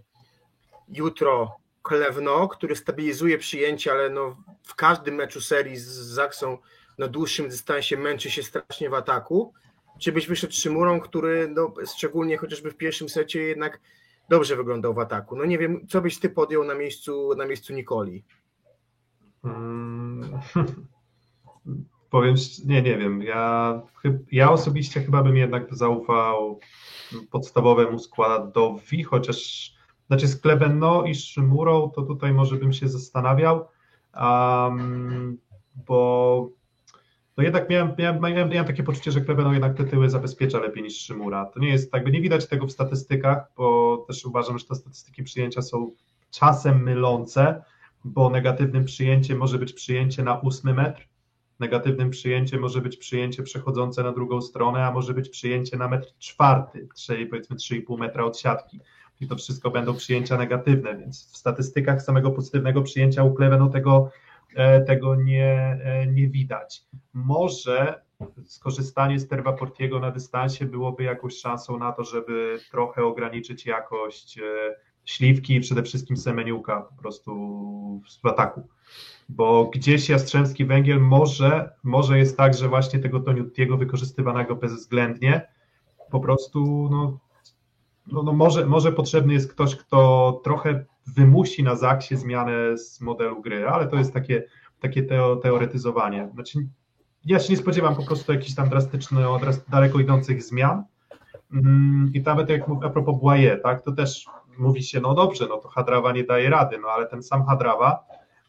Speaker 4: jutro Kleveno, który stabilizuje przyjęcie, ale no w każdym meczu serii z Zaksą na dłuższym dystansie męczy się strasznie w ataku? Czy byś wyszedł Szymurą, który no, szczególnie chociażby w pierwszym secie jednak dobrze wyglądał w ataku? No nie wiem, co byś ty podjął na miejscu Nicoli?
Speaker 5: Powiem, nie wiem. Ja osobiście chyba bym jednak zaufał podstawowemu składowi, chociaż znaczy z Kleveno i Szymurą to tutaj może bym się zastanawiał, bo no jednak miałem takie poczucie, że Kleveno jednak te tyły zabezpiecza lepiej niż Szymura. To nie jest tak, nie widać tego w statystykach, bo też uważam, że te statystyki przyjęcia są czasem mylące, bo negatywnym przyjęciem może być przyjęcie na 8 metr, negatywnym przyjęciem może być przyjęcie przechodzące na drugą stronę, a może być przyjęcie na 1,4 m, czyli powiedzmy 3,5 metra od siatki. I to wszystko będą przyjęcia negatywne, więc w statystykach samego pozytywnego przyjęcia u Kleveno tego nie widać. Może skorzystanie z Terva Portiego na dystansie byłoby jakąś szansą na to, żeby trochę ograniczyć jakość Śliwki i przede wszystkim Semeniuka po prostu w ataku. Bo gdzieś Jastrzębski Węgiel może jest tak, że właśnie tego Toniuttiego wykorzystywanego bezwzględnie po prostu może potrzebny jest ktoś, kto trochę wymusi na Zaksie zmianę z modelu gry, ale to jest takie teoretyzowanie. Znaczy, ja się nie spodziewam po prostu jakichś tam daleko idących zmian. I nawet jak a propos Boye, tak, to też mówi się, no dobrze, no to Hadrawa nie daje rady, no ale ten sam Hadrawa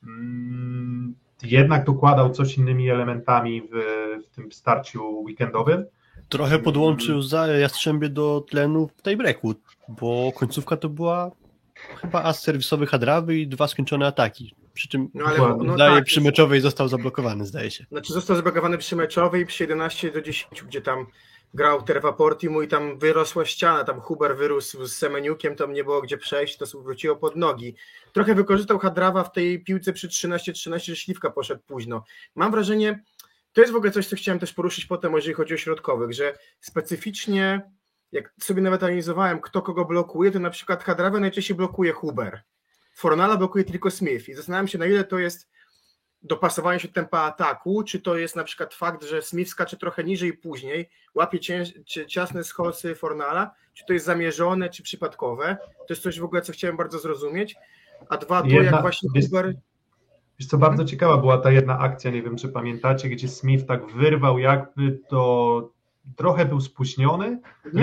Speaker 5: jednak dokładał coś innymi elementami w tym starciu weekendowym.
Speaker 3: Trochę podłączył Jastrzębie do tlenu w tiebreaku, bo końcówka to była chyba as serwisowy Hadrawy i 2 skończone ataki. Przy czym
Speaker 4: No ale
Speaker 3: zdaje
Speaker 4: tak,
Speaker 3: przy meczowej został zablokowany, zdaje się.
Speaker 4: Znaczy został zablokowany przy meczowej przy 11-10, gdzie tam grał Terva Portimu i tam wyrosła ściana, tam Huber wyrósł z Semeniukiem, tam nie było gdzie przejść, to wróciło pod nogi. Trochę wykorzystał Hadrawa w tej piłce przy 13-13, że Śliwka poszedł późno. Mam wrażenie, to jest w ogóle coś, co chciałem też poruszyć potem, jeżeli chodzi o środkowych, że specyficznie, jak sobie nawet analizowałem, kto kogo blokuje, to na przykład Hadrawa najczęściej blokuje Huber. Fornala blokuje tylko Smith i zastanawiam się, na ile to jest dopasowanie się tempa ataku, czy to jest na przykład fakt, że Smith skacze trochę niżej później, łapie ciasne schosy Fornala, czy to jest zamierzone, czy przypadkowe. To jest coś w ogóle, co chciałem bardzo zrozumieć. A dwa, to jak właśnie Huber...
Speaker 5: Wiesz co, bardzo ciekawa była ta jedna akcja, nie wiem czy pamiętacie, gdzie Smith tak wyrwał, jakby to trochę był spóźniony,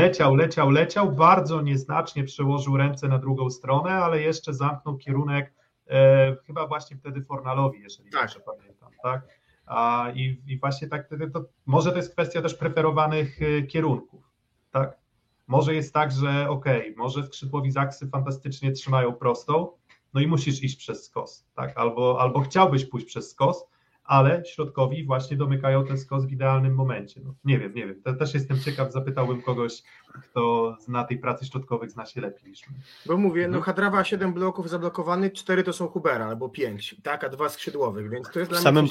Speaker 5: leciał, bardzo nieznacznie przełożył ręce na drugą stronę, ale jeszcze zamknął kierunek chyba właśnie wtedy Fornalowi, jeżeli dobrze pamiętam, tak? I właśnie tak, to może to jest kwestia też preferowanych kierunków, tak? Może jest tak, że może skrzydłowi Zaksy fantastycznie trzymają prostą, no i musisz iść przez skos, tak? Albo chciałbyś pójść przez skos, ale środkowi właśnie domykają ten skos w idealnym momencie. No, nie wiem. Też jestem ciekaw, zapytałbym kogoś, kto zna tej pracy środkowych, zna się lepiej niż my.
Speaker 4: Bo mówię, no Hadrawa 7 bloków zablokowanych, 4 to są Hubera, albo 5, tak, a 2 skrzydłowych, więc to jest dla mnie...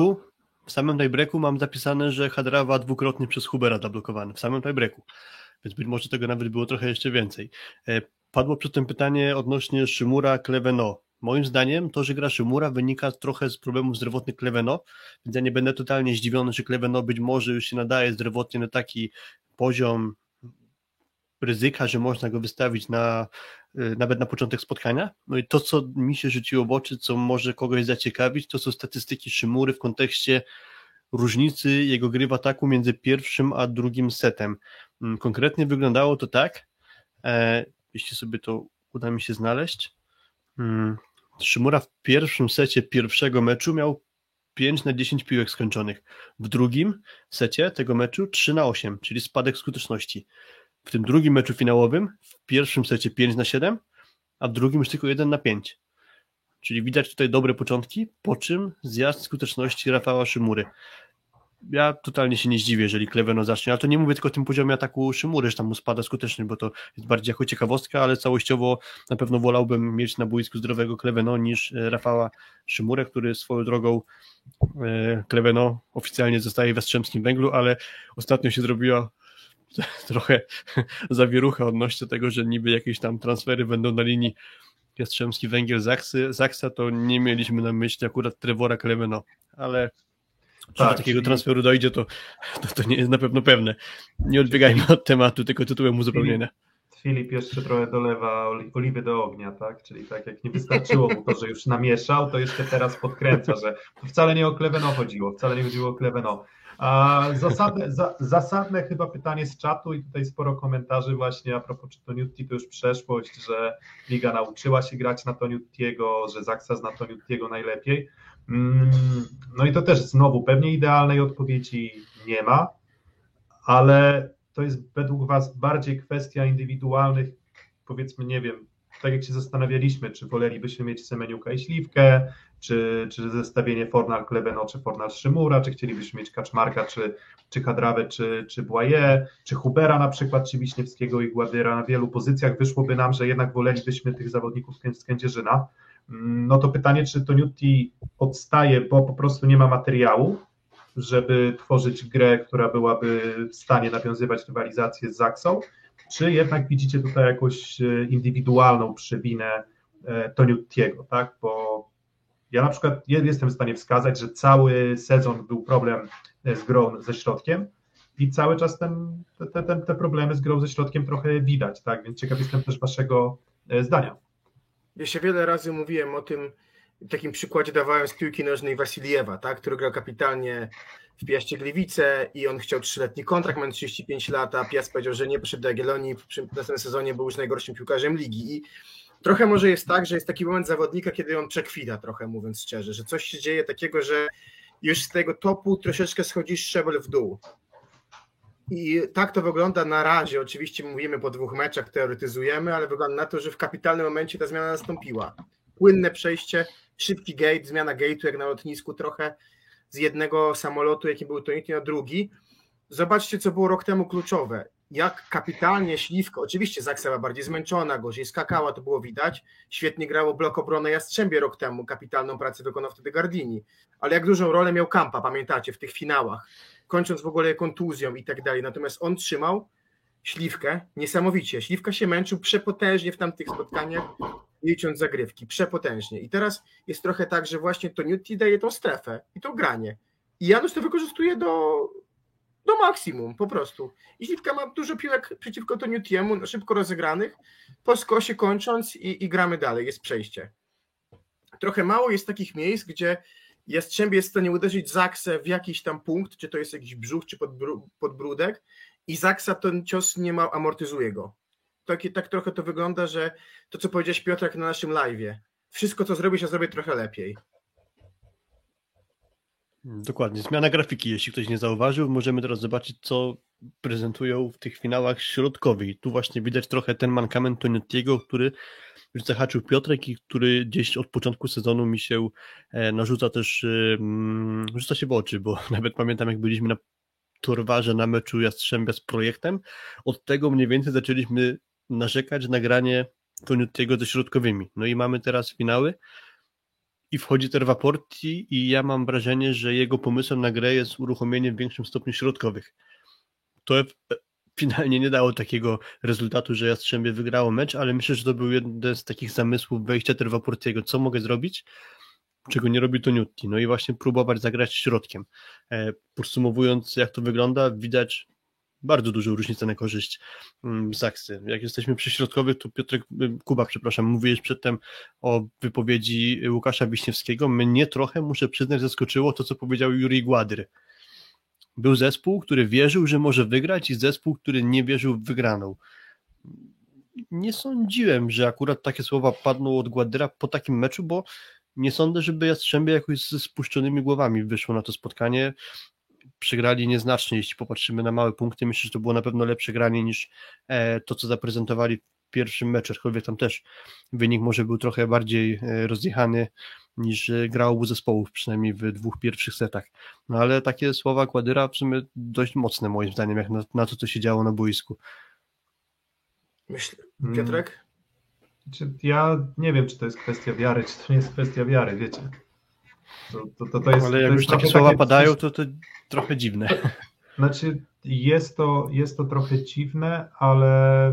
Speaker 3: W samym tiebreaku mam zapisane, że Hadrawa 2-krotnie przez Hubera zablokowany, w samym tiebreaku, więc być może tego nawet było trochę jeszcze więcej. Padło przy tym pytanie odnośnie Szymura Kleveno. Moim zdaniem to, że gra Szymura, wynika trochę z problemów zdrowotnych Kleveno, więc ja nie będę totalnie zdziwiony, że Kleveno być może już się nadaje zdrowotnie na taki poziom ryzyka, że można go wystawić nawet na początek spotkania. No i to, co mi się rzuciło w oczy, co może kogoś zaciekawić, to są statystyki Szymury w kontekście różnicy jego gry w ataku między pierwszym a drugim setem. Konkretnie wyglądało to tak, jeśli sobie to uda mi się znaleźć, Szymura w pierwszym secie pierwszego meczu miał 5 na 10 piłek skończonych. W drugim secie tego meczu 3 na 8, czyli spadek skuteczności. W tym drugim meczu finałowym w pierwszym secie 5 na 7, a w drugim już tylko 1 na 5. Czyli widać tutaj dobre początki, po czym zjazd skuteczności Rafała Szymury. Ja totalnie się nie zdziwię, jeżeli Kleveno zacznie, ale to nie mówię tylko o tym poziomie ataku Szymury, że tam mu spada skuteczność, bo to jest bardziej jako ciekawostka, ale całościowo na pewno wolałbym mieć na boisku zdrowego Kleveno niż Rafała Szymurę, który swoją drogą Kleveno oficjalnie zostaje w Jastrzębskim Węglu, ale ostatnio się zrobiła trochę zawierucha odnośnie tego, że niby jakieś tam transfery będą na linii Jastrzębski Węgiel Zaksa, to nie mieliśmy na myśli akurat Trevora Kleveno, ale czy do takiego transferu dojdzie, to nie jest na pewno pewne. Nie odbiegajmy od tematu, tylko tytułem uzupełnienia.
Speaker 5: Filip jeszcze trochę dolewa oliwy do ognia, tak? Czyli tak jak nie wystarczyło mu to, że już namieszał, to jeszcze teraz podkręca, że to wcale nie o Kleveno chodziło, o Kleveno. Zasadne chyba pytanie z czatu i tutaj sporo komentarzy właśnie a propos czy Toniutti to już przeszłość, że liga nauczyła się grać na Toniuttiego, że Zaksa zna Toniuttiego najlepiej. No i to też znowu pewnie idealnej odpowiedzi nie ma, ale to jest według Was bardziej kwestia indywidualnych, powiedzmy, nie wiem, tak jak się zastanawialiśmy, czy wolelibyśmy mieć Semeniuka i Śliwkę, czy zestawienie Fornal-Kleveno, czy Fornal-Szymura, czy chcielibyśmy mieć Kaczmarka, czy Hadrawę, czy Błaje, czy Hubera na przykład, czy Wiśniewskiego i Gładyra. Na wielu pozycjach wyszłoby nam, że jednak wolelibyśmy tych zawodników z Kędzierzyna. No to pytanie, czy Toniutti odstaje, bo po prostu nie ma materiału, żeby tworzyć grę, która byłaby w stanie nawiązywać rywalizację z Zaksą, czy jednak widzicie tutaj jakąś indywidualną przewinę Toniuttiego, tak? Bo ja na przykład jestem w stanie wskazać, że cały sezon był problem z grą ze środkiem i cały czas te problemy z grą ze środkiem trochę widać, tak? Więc ciekaw jestem też Waszego zdania.
Speaker 4: Ja się wiele razy mówiłem o tym, w takim przykładzie dawałem z piłki nożnej Wasiliewa, tak, który grał kapitalnie w Piaście Gliwice i on chciał 3-letni kontrakt, mając 35 lat, a Piast powiedział, że nie poszedł do Jagiellonii, w następnym sezonie był już najgorszym piłkarzem ligi i trochę może jest tak, że jest taki moment zawodnika, kiedy on przekwita trochę, mówiąc szczerze, że coś się dzieje takiego, że już z tego topu troszeczkę schodzi szczebel w dół. I tak to wygląda na razie. Oczywiście mówimy po 2 meczach, teoretyzujemy, ale wygląda na to, że w kapitalnym momencie ta zmiana nastąpiła. Płynne przejście, szybki gate, zmiana gate'u jak na lotnisku trochę z jednego samolotu, jakim był Toniti, na drugi. Zobaczcie, co było rok temu kluczowe. Jak kapitalnie Śliwka, oczywiście Zaksa była bardziej zmęczona, gorzej skakała, to było widać. Świetnie grało blok obrony Jastrzębie rok temu, kapitalną pracę wykonał wtedy Gardini. Ale jak dużą rolę miał Kampa, pamiętacie, w tych finałach, kończąc w ogóle kontuzją i tak dalej. Natomiast on trzymał Śliwkę niesamowicie. Śliwka się męczył przepotężnie w tamtych spotkaniach, licząc zagrywki, przepotężnie. I teraz jest trochę tak, że właśnie to Newty daje tą strefę i to granie. I Janusz to wykorzystuje do maksimum po prostu. I Śliwka ma dużo piłek przeciwko Toniutiemu, szybko rozegranych, po skosie kończąc i gramy dalej, jest przejście. Trochę mało jest takich miejsc, gdzie Jastrzębie jest w stanie uderzyć Zaksę w jakiś tam punkt, czy to jest jakiś brzuch, czy podbródek i Zaksa ten cios nie ma, amortyzuje go. Tak trochę to wygląda, że to, co powiedziałeś, Piotrek, na naszym live'ie, wszystko, co zrobisz, ja zrobię trochę lepiej.
Speaker 3: Dokładnie. Zmiana grafiki, jeśli ktoś nie zauważył, możemy teraz zobaczyć, co prezentują w tych finałach środkowych. Tu właśnie widać trochę ten mankament Tonitiego, który już zahaczył Piotrek i który gdzieś od początku sezonu mi się narzuca też, rzuca się w oczy, bo nawet pamiętam, jak byliśmy na Torwarze na meczu Jastrzębia z Projektem, od tego mniej więcej zaczęliśmy narzekać na granie Tonitiego ze środkowymi. No i mamy teraz finały i wchodzi Tervaporti i ja mam wrażenie, że jego pomysłem na grę jest uruchomienie w większym stopniu środkowych. To finalnie nie dało takiego rezultatu, że Jastrzębie wygrało mecz, ale myślę, że to był jeden z takich zamysłów wejścia Tervaportiego. Co mogę zrobić, czego nie robi Toniutti? No i właśnie próbować zagrać środkiem. Podsumowując, jak to wygląda, widać bardzo dużą różnicę na korzyść Zaksy. Jak jesteśmy przy środkowych, to Kuba, mówiłeś przedtem o wypowiedzi Łukasza Wiśniewskiego. Mnie trochę, muszę przyznać, zaskoczyło to, co powiedział Jurij Gładry. Był zespół, który wierzył, że może wygrać i zespół, który nie wierzył w wygraną. Nie sądziłem, że akurat takie słowa padną od Gładyra po takim meczu, bo nie sądzę, żeby Jastrzębie jakoś ze spuszczonymi głowami wyszło na to spotkanie. Przegrali nieznacznie, jeśli popatrzymy na małe punkty. Myślę, że to było na pewno lepsze granie niż to, co zaprezentowali w pierwszym meczu, aczkolwiek tam też wynik może był trochę bardziej rozjechany niż gra obu zespołów, przynajmniej w 2 pierwszych setach. No ale takie słowa Gładyra w sumie dość mocne moim zdaniem, jak na to, co się działo na boisku.
Speaker 4: Myślę, Piotrek?
Speaker 5: Ja nie wiem, czy to jest kwestia wiary, czy to nie jest kwestia wiary, wiecie. To jest,
Speaker 3: ale jak
Speaker 5: to
Speaker 3: już
Speaker 5: jest
Speaker 3: takie słowa padają, to trochę dziwne.
Speaker 5: Znaczy, jest to trochę dziwne, ale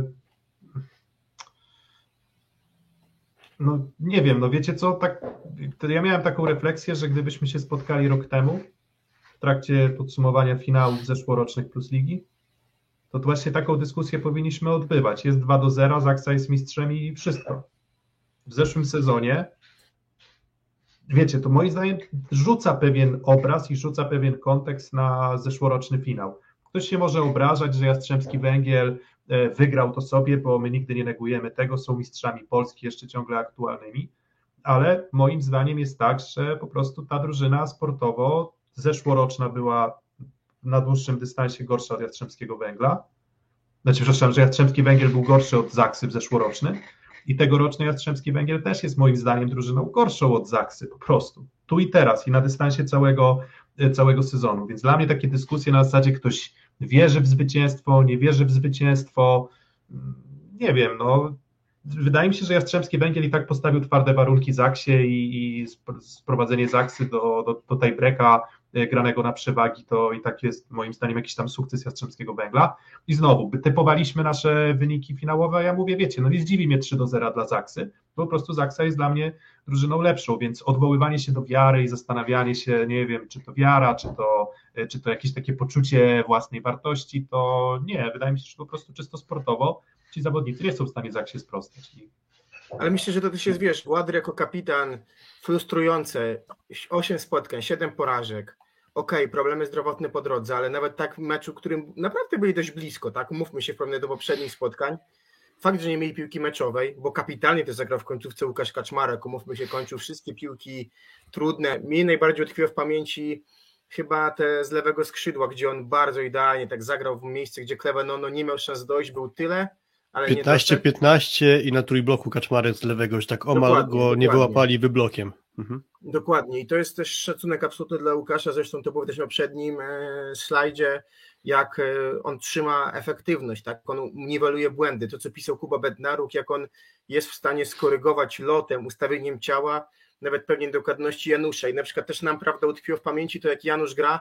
Speaker 5: no nie wiem, no wiecie co, tak, ja miałem taką refleksję, że gdybyśmy się spotkali rok temu w trakcie podsumowania finałów zeszłorocznych Plus Ligi, to właśnie taką dyskusję powinniśmy odbywać. Jest 2-0, Zaksa jest mistrzem i wszystko. W zeszłym sezonie, wiecie, to moim zdaniem rzuca pewien obraz i rzuca pewien kontekst na zeszłoroczny finał. Ktoś się może obrażać, że Jastrzębski Węgiel wygrał to sobie, bo my nigdy nie negujemy tego, są mistrzami Polski jeszcze ciągle aktualnymi, ale moim zdaniem jest tak, że po prostu ta drużyna sportowo zeszłoroczna była na dłuższym dystansie gorsza od Jastrzębskiego Węgla. Znaczy, przepraszam, że Jastrzębski Węgiel był gorszy od Zaksy w zeszłoroczny i tegoroczny Jastrzębski Węgiel też jest moim zdaniem drużyną gorszą od Zaksy, po prostu. Tu i teraz i na dystansie całego sezonu. Więc dla mnie takie dyskusje na zasadzie ktoś wierzy w zwycięstwo, nie wierzy w zwycięstwo, nie wiem, no wydaje mi się, że Jastrzębski Węgiel i tak postawił twarde warunki Zaksie i sprowadzenie Zaksy do tiebreaka granego na przewagi, to i tak jest moim zdaniem jakiś tam sukces Jastrzębskiego Węgla. I znowu, typowaliśmy nasze wyniki finałowe, a ja mówię, wiecie, no nie zdziwi mnie 3-0 dla Zaksy, bo po prostu Zaksa jest dla mnie drużyną lepszą, więc odwoływanie się do wiary i zastanawianie się, nie wiem, czy to wiara, czy to jakieś takie poczucie własnej wartości, to nie, wydaje mi się, że po prostu czysto sportowo ci zawodnicy nie są w stanie Zaksie sprostać.
Speaker 4: Ale myślę, że to też jest, wiesz, Gładry jako kapitan frustrujące, 8 spotkań, 7 porażek, okej, problemy zdrowotne po drodze, ale nawet tak w meczu, którym naprawdę byli dość blisko, tak, umówmy się w porównaniu do poprzednich spotkań, fakt, że nie mieli piłki meczowej, bo kapitalnie też zagrał w końcówce Łukasz Kaczmarek, umówmy się, kończył wszystkie piłki trudne, mi najbardziej utkwiło w pamięci chyba te z lewego skrzydła, gdzie on bardzo idealnie tak zagrał w miejsce, gdzie Klevenono nie miał szans dojść, był tyle, ale nie doszedł.
Speaker 3: 15-15 i na trójbloku Kaczmarek z lewego, że tak omal
Speaker 4: Dokładnie,
Speaker 3: go nie
Speaker 4: dokładnie.
Speaker 3: wyłapali wyblokiem. Mhm.
Speaker 4: Dokładnie i to jest też szacunek absolutny dla Łukasza, zresztą to było też na poprzednim slajdzie, jak on trzyma efektywność, tak? On niweluje błędy, to co pisał Kuba Bednaruk, jak on jest w stanie skorygować lotem, ustawieniem ciała, nawet pewnie dokładności Janusza i na przykład też nam prawda utkwiło w pamięci to jak Janusz gra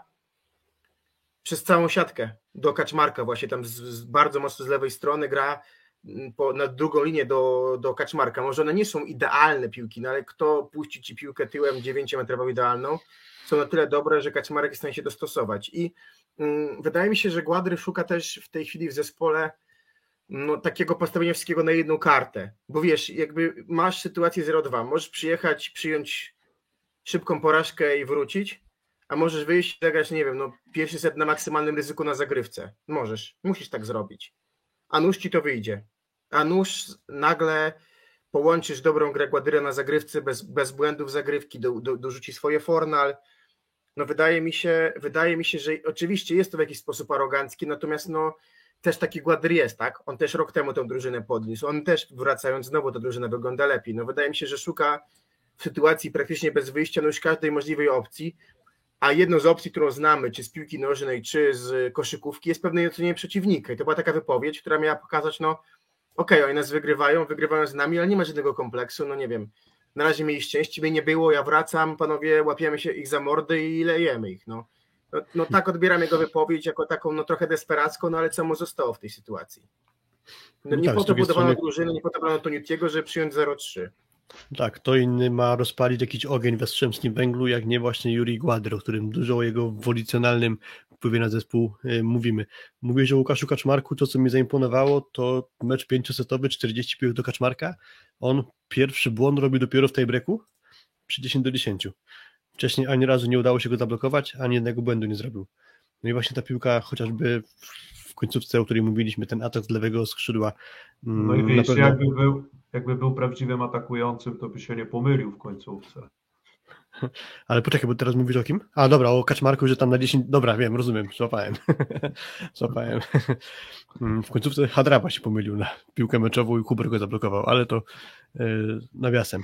Speaker 4: przez całą siatkę do Kaczmarka właśnie tam bardzo mocno z lewej strony gra na drugą linię do Kaczmarka. Może one nie są idealne piłki, no ale kto puści ci piłkę tyłem 9-metrową idealną, są na tyle dobre, że Kaczmarek jest w stanie się dostosować. I wydaje mi się, że Gładry szuka też w tej chwili w zespole takiego postawienia wszystkiego na jedną kartę. Bo wiesz, jakby masz sytuację 0-2, możesz przyjechać, przyjąć szybką porażkę i wrócić, a możesz wyjść i zagrać, nie wiem, pierwszy set na maksymalnym ryzyku na zagrywce. Musisz tak zrobić. A nuż ci to wyjdzie. A nuż nagle połączysz dobrą grę Gładyra na zagrywce, bez błędów zagrywki, dorzuci swoje Fornal. Wydaje mi się, że oczywiście jest to w jakiś sposób arogancki, natomiast też taki Gładyr jest, tak? On też rok temu tę drużynę podniósł. On też wracając znowu ta drużyna wygląda lepiej. Wydaje mi się, że szuka w sytuacji praktycznie bez wyjścia już każdej możliwej opcji, a jedną z opcji, którą znamy, czy z piłki nożnej, czy z koszykówki, jest pewne ocenienie przeciwnika. I to była taka wypowiedź, która miała pokazać, okej, oni nas wygrywają z nami, ale nie ma żadnego kompleksu, nie wiem, na razie mieli szczęście, mnie nie było, ja wracam, panowie, łapiemy się ich za mordy i lejemy ich. Tak odbieram jego wypowiedź jako taką trochę desperacką, ale co mu zostało w tej sytuacji? Nie po to budowano drużynę, nie po to brano Toniutiego, żeby przyjąć 0-3.
Speaker 3: Tak, to inny ma rozpalić jakiś ogień w Jastrzębskim Węglu, jak nie właśnie Jurij Gładry, o którym dużo o jego wolicjonalnym wpływie na zespół mówimy. Mówię, że o Łukaszu Kaczmarku, to co mi zaimponowało, to mecz 5-setowy, 40 piłek do Kaczmarka. On pierwszy błąd robił dopiero w tiebreaku przy 10-10. Wcześniej ani razu nie udało się go zablokować, ani jednego błędu nie zrobił. No i właśnie ta piłka, chociażby w końcówce, o której mówiliśmy, ten atak z lewego skrzydła.
Speaker 5: No i wiesz, pewno... jakby był prawdziwym atakującym, to by się nie pomylił w końcówce.
Speaker 3: Ale poczekaj, bo teraz mówisz o kim? A dobra, o Kaczmarku, że tam na 10... Dobra, wiem, rozumiem, złapałem. W końcówce Hadraba się pomylił na piłkę meczową i Huber go zablokował, ale to nawiasem.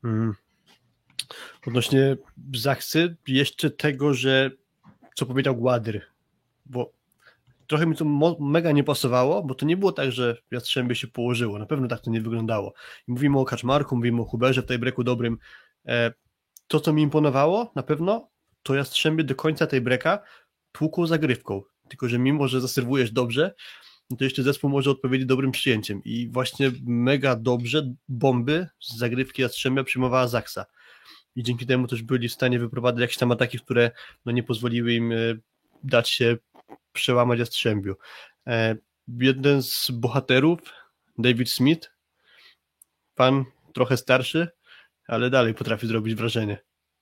Speaker 3: Odnośnie Zaksy, jeszcze tego, że co powiedział Gładry, bo trochę mi to mega nie pasowało, bo to nie było tak, że Jastrzębie się położyło, na pewno tak to nie wyglądało. Mówimy o Kaczmarku, mówimy o Huberze w tej breaku dobrym. To, co mi imponowało na pewno, to Jastrzębie do końca tej breaka tłukło zagrywką, tylko że mimo, że zaserwujesz dobrze, to jeszcze zespół może odpowiedzieć dobrym przyjęciem i właśnie mega dobrze bomby z zagrywki Jastrzębia przyjmowała Zaksa. I dzięki temu też byli w stanie wyprowadzać jakieś tam ataki, które nie pozwoliły im dać się przełamać Jastrzębiu. Jeden z bohaterów, David Smith, pan trochę starszy, ale dalej potrafi zrobić wrażenie.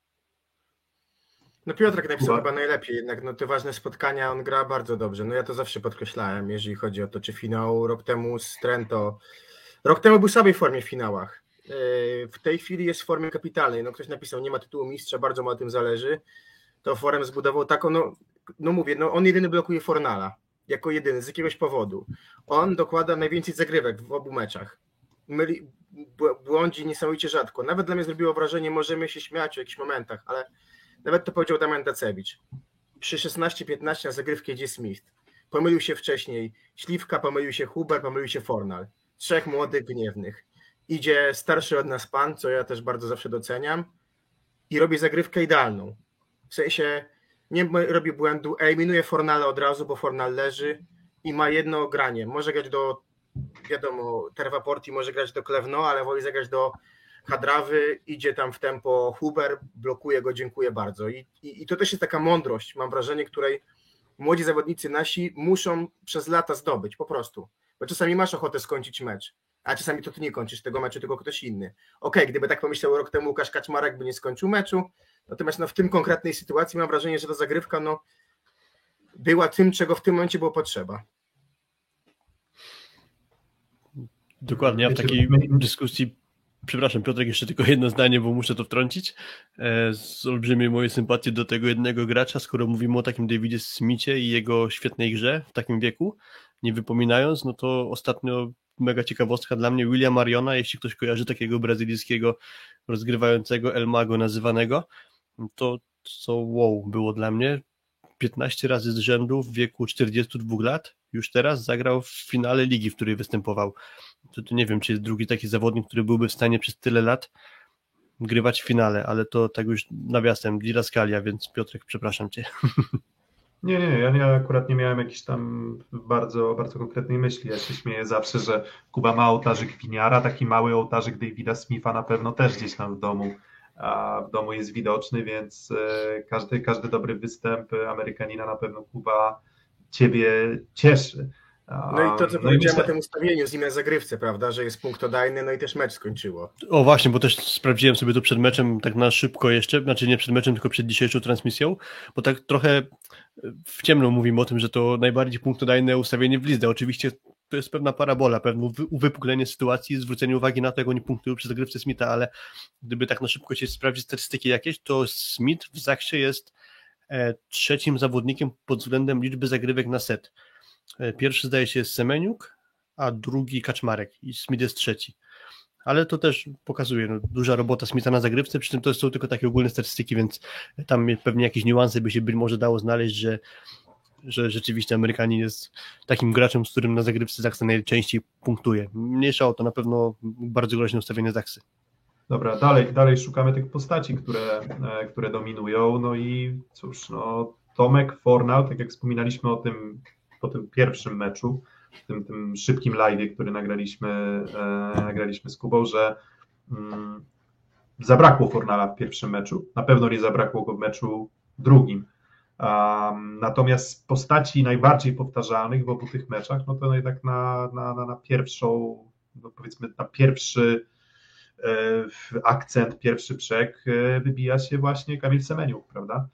Speaker 4: Piotrek napisał chyba najlepiej, jednak te ważne spotkania on gra bardzo dobrze. Ja to zawsze podkreślałem, jeżeli chodzi o to, czy finał rok temu z Trento. Rok temu był w słabej formie w finałach. W tej chwili jest w formie kapitalnej. Ktoś napisał, nie ma tytułu mistrza, bardzo mu o tym zależy. To Forem zbudował taką, on jedyny blokuje Fornala. Jako jedyny, z jakiegoś powodu. On dokłada najwięcej zagrywek w obu meczach. Błądzi niesamowicie rzadko. Nawet dla mnie zrobiło wrażenie, możemy się śmiać w jakichś momentach, ale nawet to powiedział Damian Dacewicz. Przy 16-15 na zagrywkę idzie Smith. Pomylił się wcześniej Śliwka, pomylił się Huber, pomylił się Fornal. 3 młodych, gniewnych. Idzie starszy od nas pan, co ja też bardzo zawsze doceniam, i robi zagrywkę idealną. W sensie nie robi błędu, eliminuje Fornala od razu, bo Fornal leży i ma jedno granie. Może grać do, wiadomo, Terva Porti, może grać do Klevno, ale woli zagrać do Hadrawy, idzie tam w tempo Huber, blokuje go, dziękuję bardzo. I to też jest taka mądrość, mam wrażenie, której młodzi zawodnicy nasi muszą przez lata zdobyć, po prostu. Bo czasami masz ochotę skończyć mecz, a czasami to ty nie kończysz tego meczu, tylko ktoś inny. Okej, gdyby tak pomyślał rok temu Łukasz Kaczmarek, by nie skończył meczu, natomiast w tym konkretnej sytuacji mam wrażenie, że ta zagrywka była tym, czego w tym momencie było potrzeba.
Speaker 3: Dokładnie, ja w takiej dyskusji Przepraszam, Piotrek, jeszcze tylko jedno zdanie, bo muszę to wtrącić. Z olbrzymiej mojej sympatii do tego jednego gracza, skoro mówimy o takim Davidzie Smithie i jego świetnej grze w takim wieku, nie wypominając, no to ostatnio mega ciekawostka dla mnie William Mariona, jeśli ktoś kojarzy takiego brazylijskiego rozgrywającego El Mago nazywanego, to co wow było dla mnie. 15 razy z rzędu w wieku 42 lat, już teraz zagrał w finale ligi, w której występował. To nie wiem, czy jest drugi taki zawodnik, który byłby w stanie przez tyle lat grywać w finale, ale to tak już nawiasem, Didaskalia, więc Piotrek, przepraszam Cię.
Speaker 5: Nie, ja akurat nie miałem jakiejś tam bardzo, bardzo konkretnej myśli. Ja się śmieję zawsze, że Kuba ma ołtarzyk winiara, taki mały ołtarzyk Davida Smitha na pewno też gdzieś tam w domu, a w domu jest widoczny, więc każdy dobry występ Amerykanina na pewno, Kuba, Ciebie cieszy.
Speaker 4: No i to, co powiedziałem o tym ustawieniu z nim na zagrywce, prawda, że jest punktodajny, no i też mecz skończyło.
Speaker 3: O właśnie, bo też sprawdziłem sobie to przed meczem, tak na szybko jeszcze, znaczy nie przed meczem, tylko przed dzisiejszą transmisją, bo tak trochę w ciemno mówimy o tym, że to najbardziej punktodajne ustawienie w lidze. Oczywiście to jest pewna parabola, pewne uwypuklenie sytuacji, zwrócenie uwagi na to, jak oni punktują przy zagrywce Smitha, ale gdyby tak na szybko się sprawdzić statystyki jakieś, to Smith w Zaksie jest trzecim zawodnikiem pod względem liczby zagrywek na set. Pierwszy zdaje się jest Semeniuk, a drugi Kaczmarek i Smith jest trzeci. Ale to też pokazuje duża robota Smitha na zagrywce, przy tym to są tylko takie ogólne statystyki, więc tam pewnie jakieś niuanse by się być może dało znaleźć, że rzeczywiście Amerykanin jest takim graczem, z którym na zagrywce Zaksa najczęściej punktuje. Mniejsza o to, na pewno bardzo groźne ustawienie Zaksy.
Speaker 5: Dobra, dalej szukamy tych postaci, które dominują, no i cóż, no Tomek Fornal, tak jak wspominaliśmy o tym po tym pierwszym meczu, tym szybkim live'ie, który nagraliśmy z Kubą, że zabrakło Fornala w pierwszym meczu, na pewno nie zabrakło go w meczu drugim. Natomiast postaci najbardziej powtarzalnych w obu tych meczach, no to jednak na pierwszą, no powiedzmy na pierwszy akcent, pierwszy brzeg wybija się właśnie Kamil Semeniuk, prawda?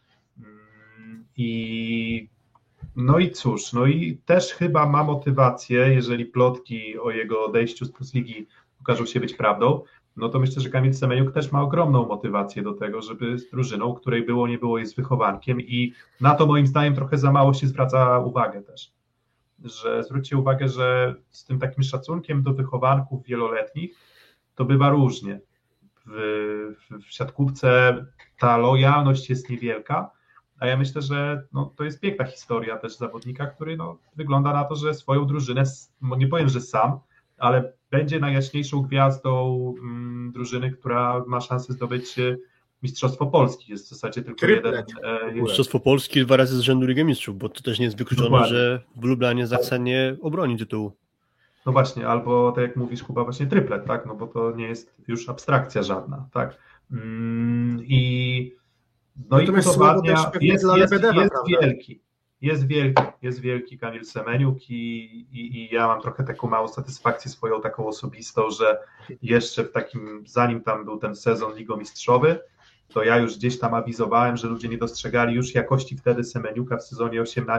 Speaker 5: No i cóż, no i też chyba ma motywację, jeżeli plotki o jego odejściu z Plus Ligi okażą się być prawdą, no to myślę, że Kamil Semeniuk też ma ogromną motywację do tego, żeby z drużyną, której było nie było, jest wychowankiem i na to moim zdaniem trochę za mało się zwraca uwagę też. Że zwróćcie uwagę, że z tym takim szacunkiem do wychowanków wieloletnich to bywa różnie. W siatkówce ta lojalność jest niewielka, a ja myślę, że no, to jest piękna historia też zawodnika, który no, wygląda na to, że swoją drużynę, nie powiem, że sam, ale będzie najjaśniejszą gwiazdą drużyny, która ma szansę zdobyć Mistrzostwo Polski. Jest w zasadzie tylko jeden.
Speaker 3: Mistrzostwo Polski 2 razy z rzędu Ligę Mistrzów, bo to też nie jest wykluczone, dokładnie, że w Lublanie Zaksa nie obroni tytułu.
Speaker 5: No właśnie, albo tak jak mówisz, Kuba, właśnie triplet, tak? No bo to nie jest już abstrakcja żadna, tak? I udowadnia, jest wielki Kamil Semeniuk i ja mam trochę taką małą satysfakcję swoją taką osobistą, że jeszcze w takim, zanim tam był ten sezon ligomistrzowy, to ja już gdzieś tam awizowałem, że ludzie nie dostrzegali już jakości wtedy Semeniuka w sezonie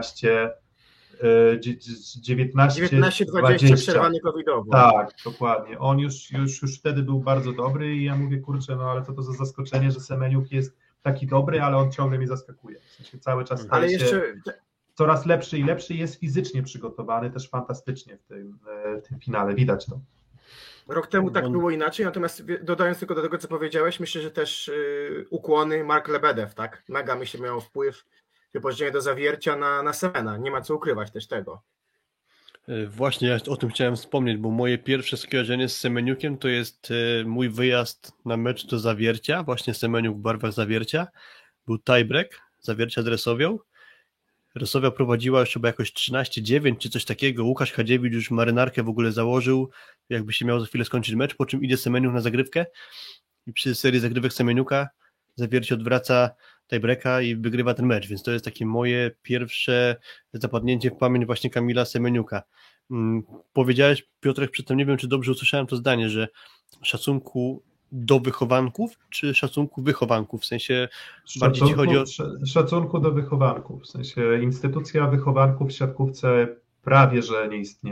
Speaker 5: 19-20
Speaker 4: przerwany covidowo.
Speaker 5: Tak, dokładnie. On już wtedy był bardzo dobry i ja mówię, kurczę, no ale co to za zaskoczenie, że Semeniuk jest taki dobry, ale on ciągle mnie zaskakuje. W sensie cały czas staje się coraz lepszy i lepszy, jest fizycznie przygotowany też fantastycznie w tym finale, widać to.
Speaker 4: Rok temu tak było inaczej, natomiast dodając tylko do tego, co powiedziałeś, myślę, że też ukłony Mark Lebedew, tak? Mega myślę miał wpływ wypożyczenie do Zawiercia na Semena. Nie ma co ukrywać też tego.
Speaker 3: Właśnie ja o tym chciałem wspomnieć, bo moje pierwsze skojarzenie z Semeniukiem to jest mój wyjazd na mecz do Zawiercia, właśnie Semeniuk w barwach Zawiercia. Był tiebreak, Zawiercia z Resowią. Resowia prowadziła już chyba jakoś 13-9 czy coś takiego. Łukasz Chadziewicz już marynarkę w ogóle założył, jakby się miał za chwilę skończyć mecz, po czym idzie Semeniuk na zagrywkę i przy serii zagrywek Semeniuka Zawiercie odwraca tiebreaka i wygrywa ten mecz, więc to jest takie moje pierwsze zapadnięcie w pamięć właśnie Kamila Semeniuka. Powiedziałeś, Piotrek, przedtem nie wiem, czy dobrze usłyszałem to zdanie, że szacunku do wychowanków, czy szacunku wychowanków, w sensie bardziej ci chodzi o...
Speaker 5: Szacunku do wychowanków, w sensie instytucja wychowanków w siatkówce prawie, że nie istnieje.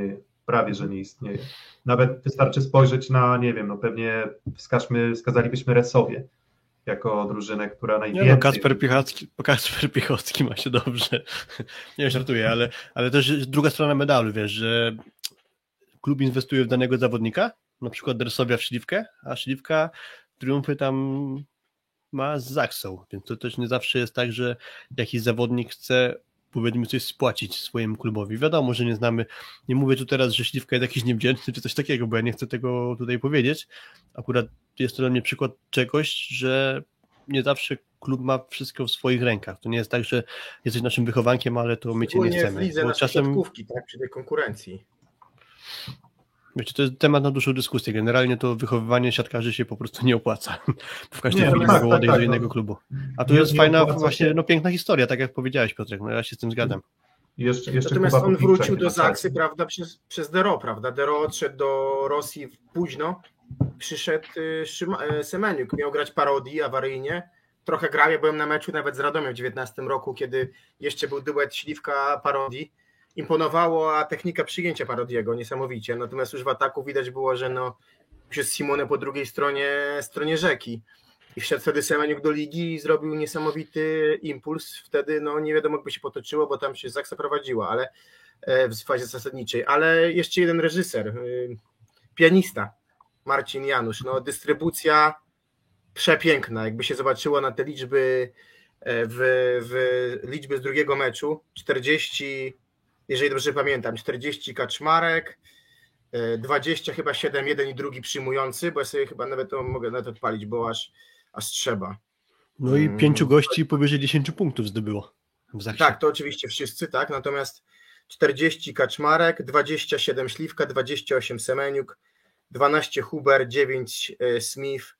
Speaker 5: prawie że nie istnieje. Nawet wystarczy spojrzeć na, nie wiem, no pewnie wskazalibyśmy Resowie jako drużynę, która najwięcej...
Speaker 3: Nie no, Kacper Piechocki ma się dobrze. Nie, żartuję, ale też druga strona medalu, wiesz, że klub inwestuje w danego zawodnika, na przykład Resowia w Śliwkę, a Śliwka triumfy tam ma z Zaksą, więc to też nie zawsze jest tak, że jakiś zawodnik chce, powiedzmy, coś spłacić swojemu klubowi. Wiadomo, że nie mówię tu teraz, że Śliwka jest jakiś niewdzięczny czy coś takiego, bo ja nie chcę tego tutaj powiedzieć. Akurat jest to dla mnie przykład czegoś, że nie zawsze klub ma wszystko w swoich rękach. To nie jest tak, że jesteś naszym wychowankiem, ale to my cię nie chcemy.
Speaker 4: W lidze naszej siatkówki, tak, przy tej konkurencji.
Speaker 3: Wiecie, to jest temat na dłuższą dyskusję. Generalnie to wychowywanie siatkarzy się po prostu nie opłaca. W każdej chwili mogą odejść do innego klubu. A tu jest fajna, właśnie piękna historia, tak jak powiedziałeś, Piotrek. No ja się z tym zgadzam.
Speaker 5: Jeszcze
Speaker 4: Natomiast on wrócił do Zaksy, prawda, przez Dero, prawda? Dero odszedł do Rosji późno, przyszedł Semeniuk, miał grać parodii awaryjnie. Trochę grał, ja byłem na meczu nawet z Radomiem w 19 roku, kiedy jeszcze był duet Śliwka parodii. Imponowało, a technika przyjęcia Parodiego niesamowicie. Natomiast już w ataku widać było, że już jest Simone po drugiej stronie rzeki. I wszedł wtedy Semeniuk do ligi i zrobił niesamowity impuls. Wtedy nie wiadomo, jak by się potoczyło, bo tam się Zaksa prowadziła, ale w fazie zasadniczej. Ale jeszcze jeden reżyser, pianista, Marcin Janusz. Dystrybucja przepiękna. Jakby się zobaczyło na te liczby w liczby z drugiego meczu, 40, jeżeli dobrze pamiętam, 40 Kaczmarek, 20 chyba 7, jeden i drugi przyjmujący, bo ja sobie chyba nawet to mogę nawet odpalić, bo aż trzeba.
Speaker 3: No i 5 gości powyżej 10 punktów zdobyło w Zaksie.
Speaker 4: Tak, to oczywiście wszyscy, tak, natomiast 40 Kaczmarek, 27 Śliwka, 28 Semeniuk, 12 Huber, 9 Smith,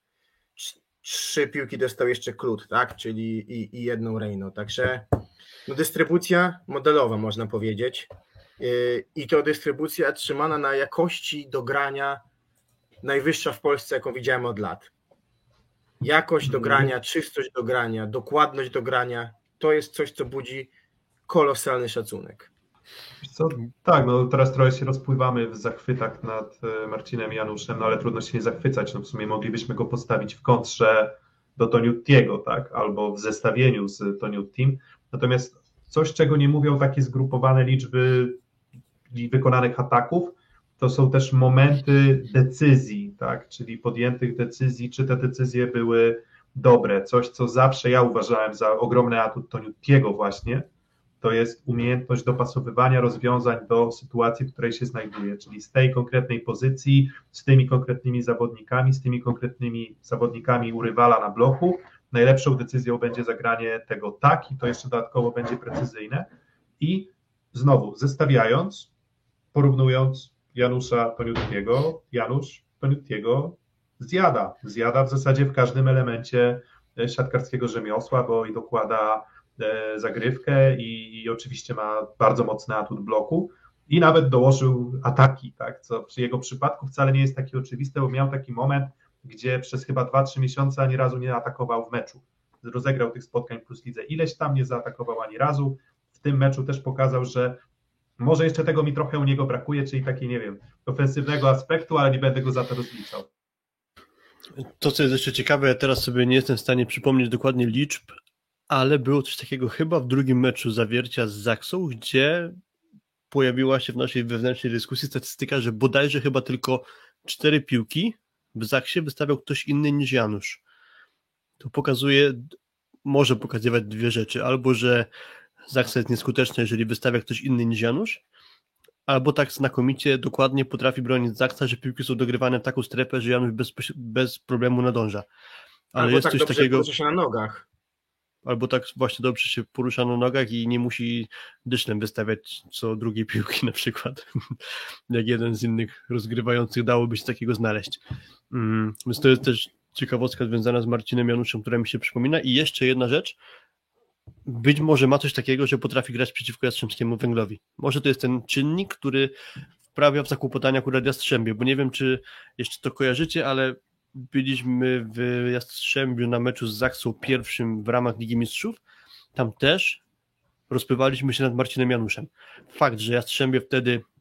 Speaker 4: 3 piłki dostał jeszcze Klut, tak, czyli i jedną Rejno, także dystrybucja modelowa, można powiedzieć, i to dystrybucja trzymana na jakości do grania najwyższa w Polsce, jaką widziałem od lat. Jakość do grania, czystość do grania, dokładność do grania, to jest coś, co budzi kolosalny szacunek.
Speaker 5: Co? Tak, teraz trochę się rozpływamy w zachwytach nad Marcinem Januszem, ale trudno się nie zachwycać, w sumie moglibyśmy go postawić w kontrze do Toniuttiego, tak, albo w zestawieniu z Toniuttim, natomiast coś, czego nie mówią takie zgrupowane liczby wykonanych ataków, to są też momenty decyzji, tak, czyli podjętych decyzji, czy te decyzje były dobre, coś, co zawsze ja uważałem za ogromny atut Toniuttiego właśnie, to jest umiejętność dopasowywania rozwiązań do sytuacji, w której się znajduje, czyli z tej konkretnej pozycji, z tymi konkretnymi zawodnikami, z tymi konkretnymi zawodnikami u rywala na bloku. Najlepszą decyzją będzie zagranie tego tak i to jeszcze dodatkowo będzie precyzyjne. I znowu zestawiając, porównując Janusza Toniuttiego, Janusz Toniuttiego zjada w zasadzie w każdym elemencie siatkarskiego rzemiosła, bo i dokłada zagrywkę i oczywiście ma bardzo mocny atut bloku i nawet dołożył ataki, tak, co przy jego przypadku wcale nie jest takie oczywiste, bo miał taki moment, gdzie przez chyba 2-3 miesiące ani razu nie atakował w meczu. Rozegrał tych spotkań plus lidze. Ileś tam nie zaatakował ani razu. W tym meczu też pokazał, że może jeszcze tego mi trochę u niego brakuje, czyli takiego, nie wiem, ofensywnego aspektu, ale nie będę go za to rozliczał.
Speaker 3: To, co jest jeszcze ciekawe, ja teraz sobie nie jestem w stanie przypomnieć dokładnie liczb, ale było coś takiego chyba w drugim meczu Zawiercia z Zaksą, gdzie pojawiła się w naszej wewnętrznej dyskusji statystyka, że bodajże chyba tylko 4 piłki w Zaksie wystawiał ktoś inny niż Janusz. To może pokazywać dwie rzeczy. Albo, że Zaksa jest nieskuteczna, jeżeli wystawia ktoś inny niż Janusz, albo tak znakomicie, dokładnie potrafi bronić Zaksa, że piłki są dogrywane w taką strefę, że Janusz bez problemu nadąża. Ale
Speaker 4: albo
Speaker 3: jest
Speaker 4: tak
Speaker 3: coś
Speaker 4: dobrze
Speaker 3: takiego...
Speaker 4: porusza się na nogach.
Speaker 3: Albo tak właśnie dobrze się porusza na nogach i nie musi dyszlem wystawiać co drugiej piłki na przykład. Jak jeden z innych rozgrywających dałoby się takiego znaleźć. Więc to jest też ciekawostka związana z Marcinem Januszem, która mi się przypomina. I jeszcze jedna rzecz. Być może ma coś takiego, że potrafi grać przeciwko Jastrzębskiemu Węglowi. Może to jest ten czynnik, który wprawia w zakłopotania akurat Jastrzębie, bo nie wiem, czy jeszcze to kojarzycie, ale byliśmy w Jastrzębiu na meczu z Zaksą pierwszym w ramach Ligi Mistrzów. Tam też rozpływaliśmy się nad Marcinem Januszem. Fakt, że Jastrzębie wtedy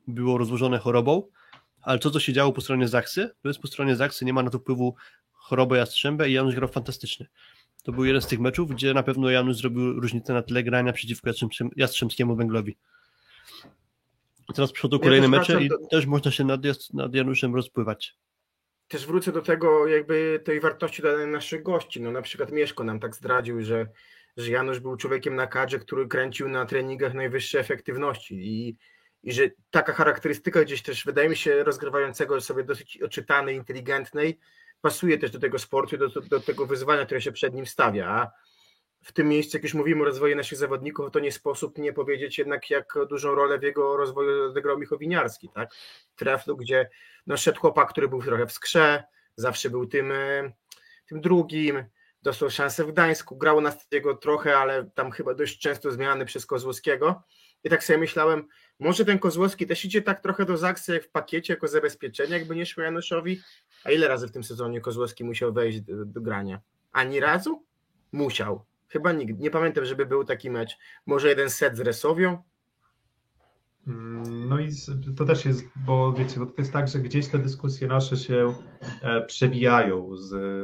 Speaker 3: było rozłożone chorobą, ale to, co się działo po stronie Zaksy, to jest po stronie Zaksy, nie ma na to wpływu choroby Jastrzębia i Janusz grał fantastycznie. To był jeden z tych meczów, gdzie na pewno Janusz zrobił różnicę na tle grania przeciwko Jastrzębskiemu Węglowi. Teraz przychodzą kolejne mecze i też można się nad Januszem rozpływać.
Speaker 4: Też wrócę do tego jakby tej wartości danej naszych gości. No na przykład Mieszko nam tak zdradził, że Janusz był człowiekiem na kadrze, który kręcił na treningach najwyższej efektywności i że taka charakterystyka gdzieś też wydaje mi się rozgrywającego sobie dosyć oczytanej, inteligentnej pasuje też do tego sportu i do tego wyzwania, które się przed nim stawia. A w tym miejscu, jak już mówimy o rozwoju naszych zawodników, to nie sposób nie powiedzieć jednak, jak dużą rolę w jego rozwoju odegrał Michał Winiarski, tak? Treflu, gdzie szedł chłopak, który był trochę w skrze, zawsze był tym drugim, dostał szansę w Gdańsku, grał na jego trochę, ale tam chyba dość często zmiany przez Kozłowskiego. I tak sobie myślałem, może ten Kozłowski też idzie tak trochę do Zaksy jak w pakiecie, jako zabezpieczenie, jakby nie szło Januszowi. A ile razy w tym sezonie Kozłowski musiał wejść do grania? Ani razu? Musiał. Chyba nigdy. Nie pamiętam, żeby był taki mecz. Może jeden set z Resowią?
Speaker 5: No i to też jest, bo wiecie, bo to jest tak, że gdzieś te dyskusje nasze się przebijają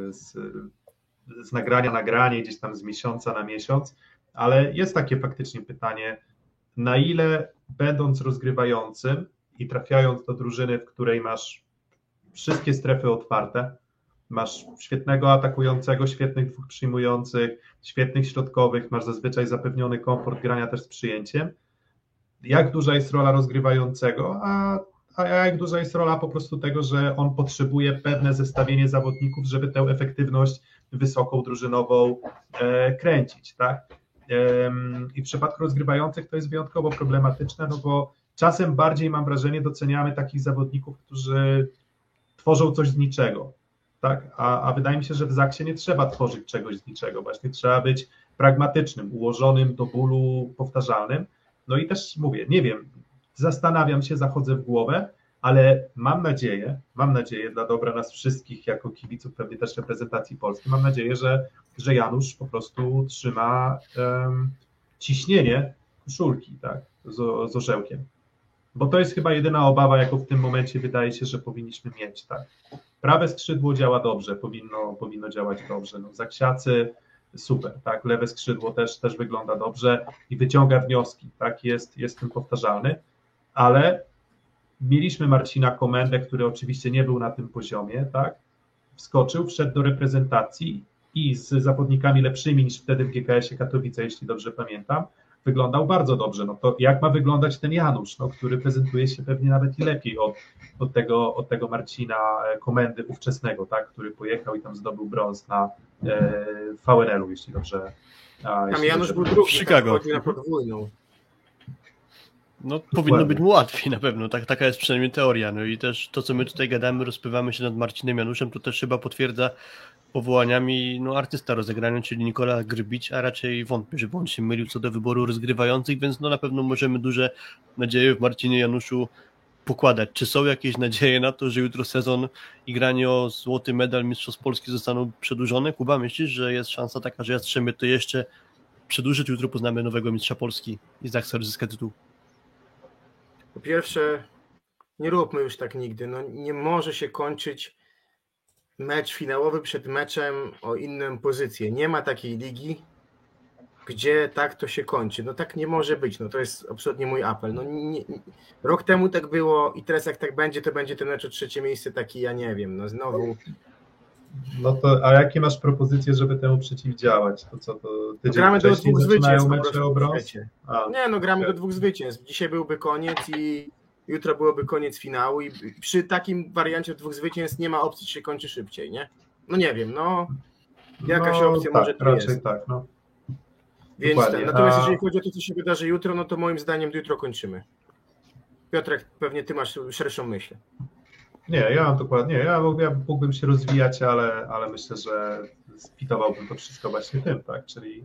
Speaker 5: z nagrania na nagranie, gdzieś tam z miesiąca na miesiąc, ale jest takie faktycznie pytanie, na ile będąc rozgrywającym i trafiając do drużyny, w której masz wszystkie strefy otwarte, masz świetnego atakującego, świetnych dwóch przyjmujących, świetnych środkowych, masz zazwyczaj zapewniony komfort grania też z przyjęciem, jak duża jest rola rozgrywającego, a jak duża jest rola po prostu tego, że on potrzebuje pewne zestawienie zawodników, żeby tę efektywność wysoką, drużynową kręcić, tak? I w przypadku rozgrywających to jest wyjątkowo problematyczne, no bo czasem bardziej mam wrażenie doceniamy takich zawodników, którzy tworzą coś z niczego, tak? A wydaje mi się, że w Zaksie nie trzeba tworzyć czegoś z niczego, właśnie trzeba być pragmatycznym, ułożonym do bólu, powtarzalnym. No i też mówię, nie wiem, zastanawiam się, zachodzę w głowę, ale mam nadzieję dla dobra nas wszystkich jako kibiców, pewnie też reprezentacji Polski, mam nadzieję, że Janusz po prostu trzyma ciśnienie koszulki, tak, z orzełkiem. Bo to jest chyba jedyna obawa, jaką w tym momencie wydaje się, że powinniśmy mieć, tak. Prawe skrzydło działa dobrze, powinno działać dobrze. No, Zaksiacy super, tak, lewe skrzydło też wygląda dobrze i wyciąga wnioski, tak, jest tym powtarzalny, ale mieliśmy Marcina Komendę, który oczywiście nie był na tym poziomie, tak, wskoczył, wszedł do reprezentacji i z zawodnikami lepszymi niż wtedy w GKS-ie Katowice, jeśli dobrze pamiętam, wyglądał bardzo dobrze. No to jak ma wyglądać ten Janusz, no, który prezentuje się pewnie nawet i lepiej od tego Marcina Komendy ówczesnego, tak, który pojechał i tam zdobył brąz na VNL-u, jeśli dobrze.
Speaker 4: Tam Janusz był drugi,
Speaker 3: w Chicago.
Speaker 4: Na podwójną.
Speaker 3: No powinno być mu łatwiej na pewno, taka jest przynajmniej teoria. No i też to, co my tutaj gadamy, rozpływamy się nad Marcinem Januszem, to też chyba potwierdza powołaniami artysta rozegrania, czyli Nikola Grbić, a raczej wątpię, żeby on się mylił co do wyboru rozgrywających, więc na pewno możemy duże nadzieje w Marcinie Januszu pokładać. Czy są jakieś nadzieje na to, że jutro sezon i granie o złoty medal Mistrzostw Polski zostaną przedłużone? Kuba, myślisz, że jest szansa taka, że Jastrzębie to jeszcze przedłuży, czy jutro poznamy nowego mistrza Polski i Zaksa zyska tytuł?
Speaker 4: Po pierwsze, nie róbmy już tak nigdy. No, nie może się kończyć mecz finałowy przed meczem o inną pozycję. Nie ma takiej ligi, gdzie tak to się kończy. No tak nie może być. No to jest absolutnie mój apel. No, rok temu tak było i teraz jak tak będzie, to będzie ten mecz o trzecie miejsce taki, ja nie wiem, no znowu.
Speaker 5: No to, a jakie masz propozycje, żeby temu przeciwdziałać? To co, to tydzień
Speaker 4: gramy do 2 zwycięstw.
Speaker 5: Mecze o brąz?
Speaker 4: Nie, no gramy do 2 zwycięstw. Dzisiaj byłby koniec i jutro byłoby koniec finału i przy takim wariancie 2 zwycięstw nie ma opcji, że się kończy szybciej, nie? No nie wiem, no jakaś opcja
Speaker 5: tak,
Speaker 4: może tu
Speaker 5: raczej
Speaker 4: jest.
Speaker 5: Tak, no.
Speaker 4: Więc natomiast jeżeli chodzi o to, co się wydarzy jutro, no to moim zdaniem jutro kończymy. Piotrek, pewnie ty masz szerszą myśl.
Speaker 5: Nie, ja mam dokładnie, ja mógłbym się rozwijać, ale myślę, że spitowałbym to wszystko właśnie tym, tak,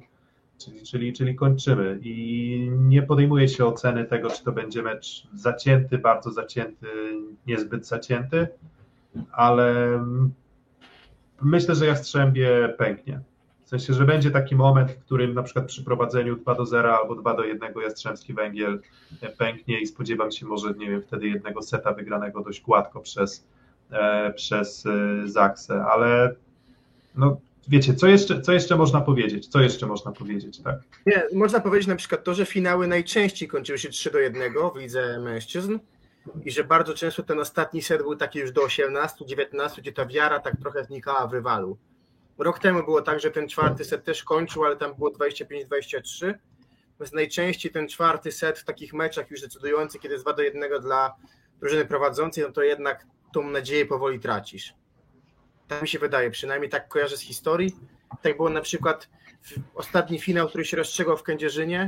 Speaker 5: czyli kończymy i nie podejmuję się oceny tego, czy to będzie mecz zacięty, bardzo zacięty, niezbyt zacięty, ale myślę, że Jastrzębie pęknie. W sensie, że będzie taki moment, w którym na przykład przy prowadzeniu 2-0 albo 2-1 Jastrzębski Węgiel pęknie i spodziewam się może, nie wiem, wtedy jednego seta wygranego dość gładko przez Zaksę, ale no wiecie, co jeszcze można powiedzieć? Co jeszcze można powiedzieć, tak?
Speaker 4: Nie, można powiedzieć na przykład to, że finały najczęściej kończyły się 3-1 w lidze mężczyzn i że bardzo często ten ostatni set był taki już do 18-19, gdzie ta wiara tak trochę znikała w rywalu. Rok temu było tak, że ten czwarty set też kończył, ale tam było 25-23. Więc najczęściej ten czwarty set w takich meczach już decydujących, kiedy jest 2-1 dla drużyny prowadzącej, no to jednak tą nadzieję powoli tracisz. Tak mi się wydaje, przynajmniej tak kojarzę z historii. Tak było na przykład ostatni finał, który się rozstrzygał w Kędzierzynie.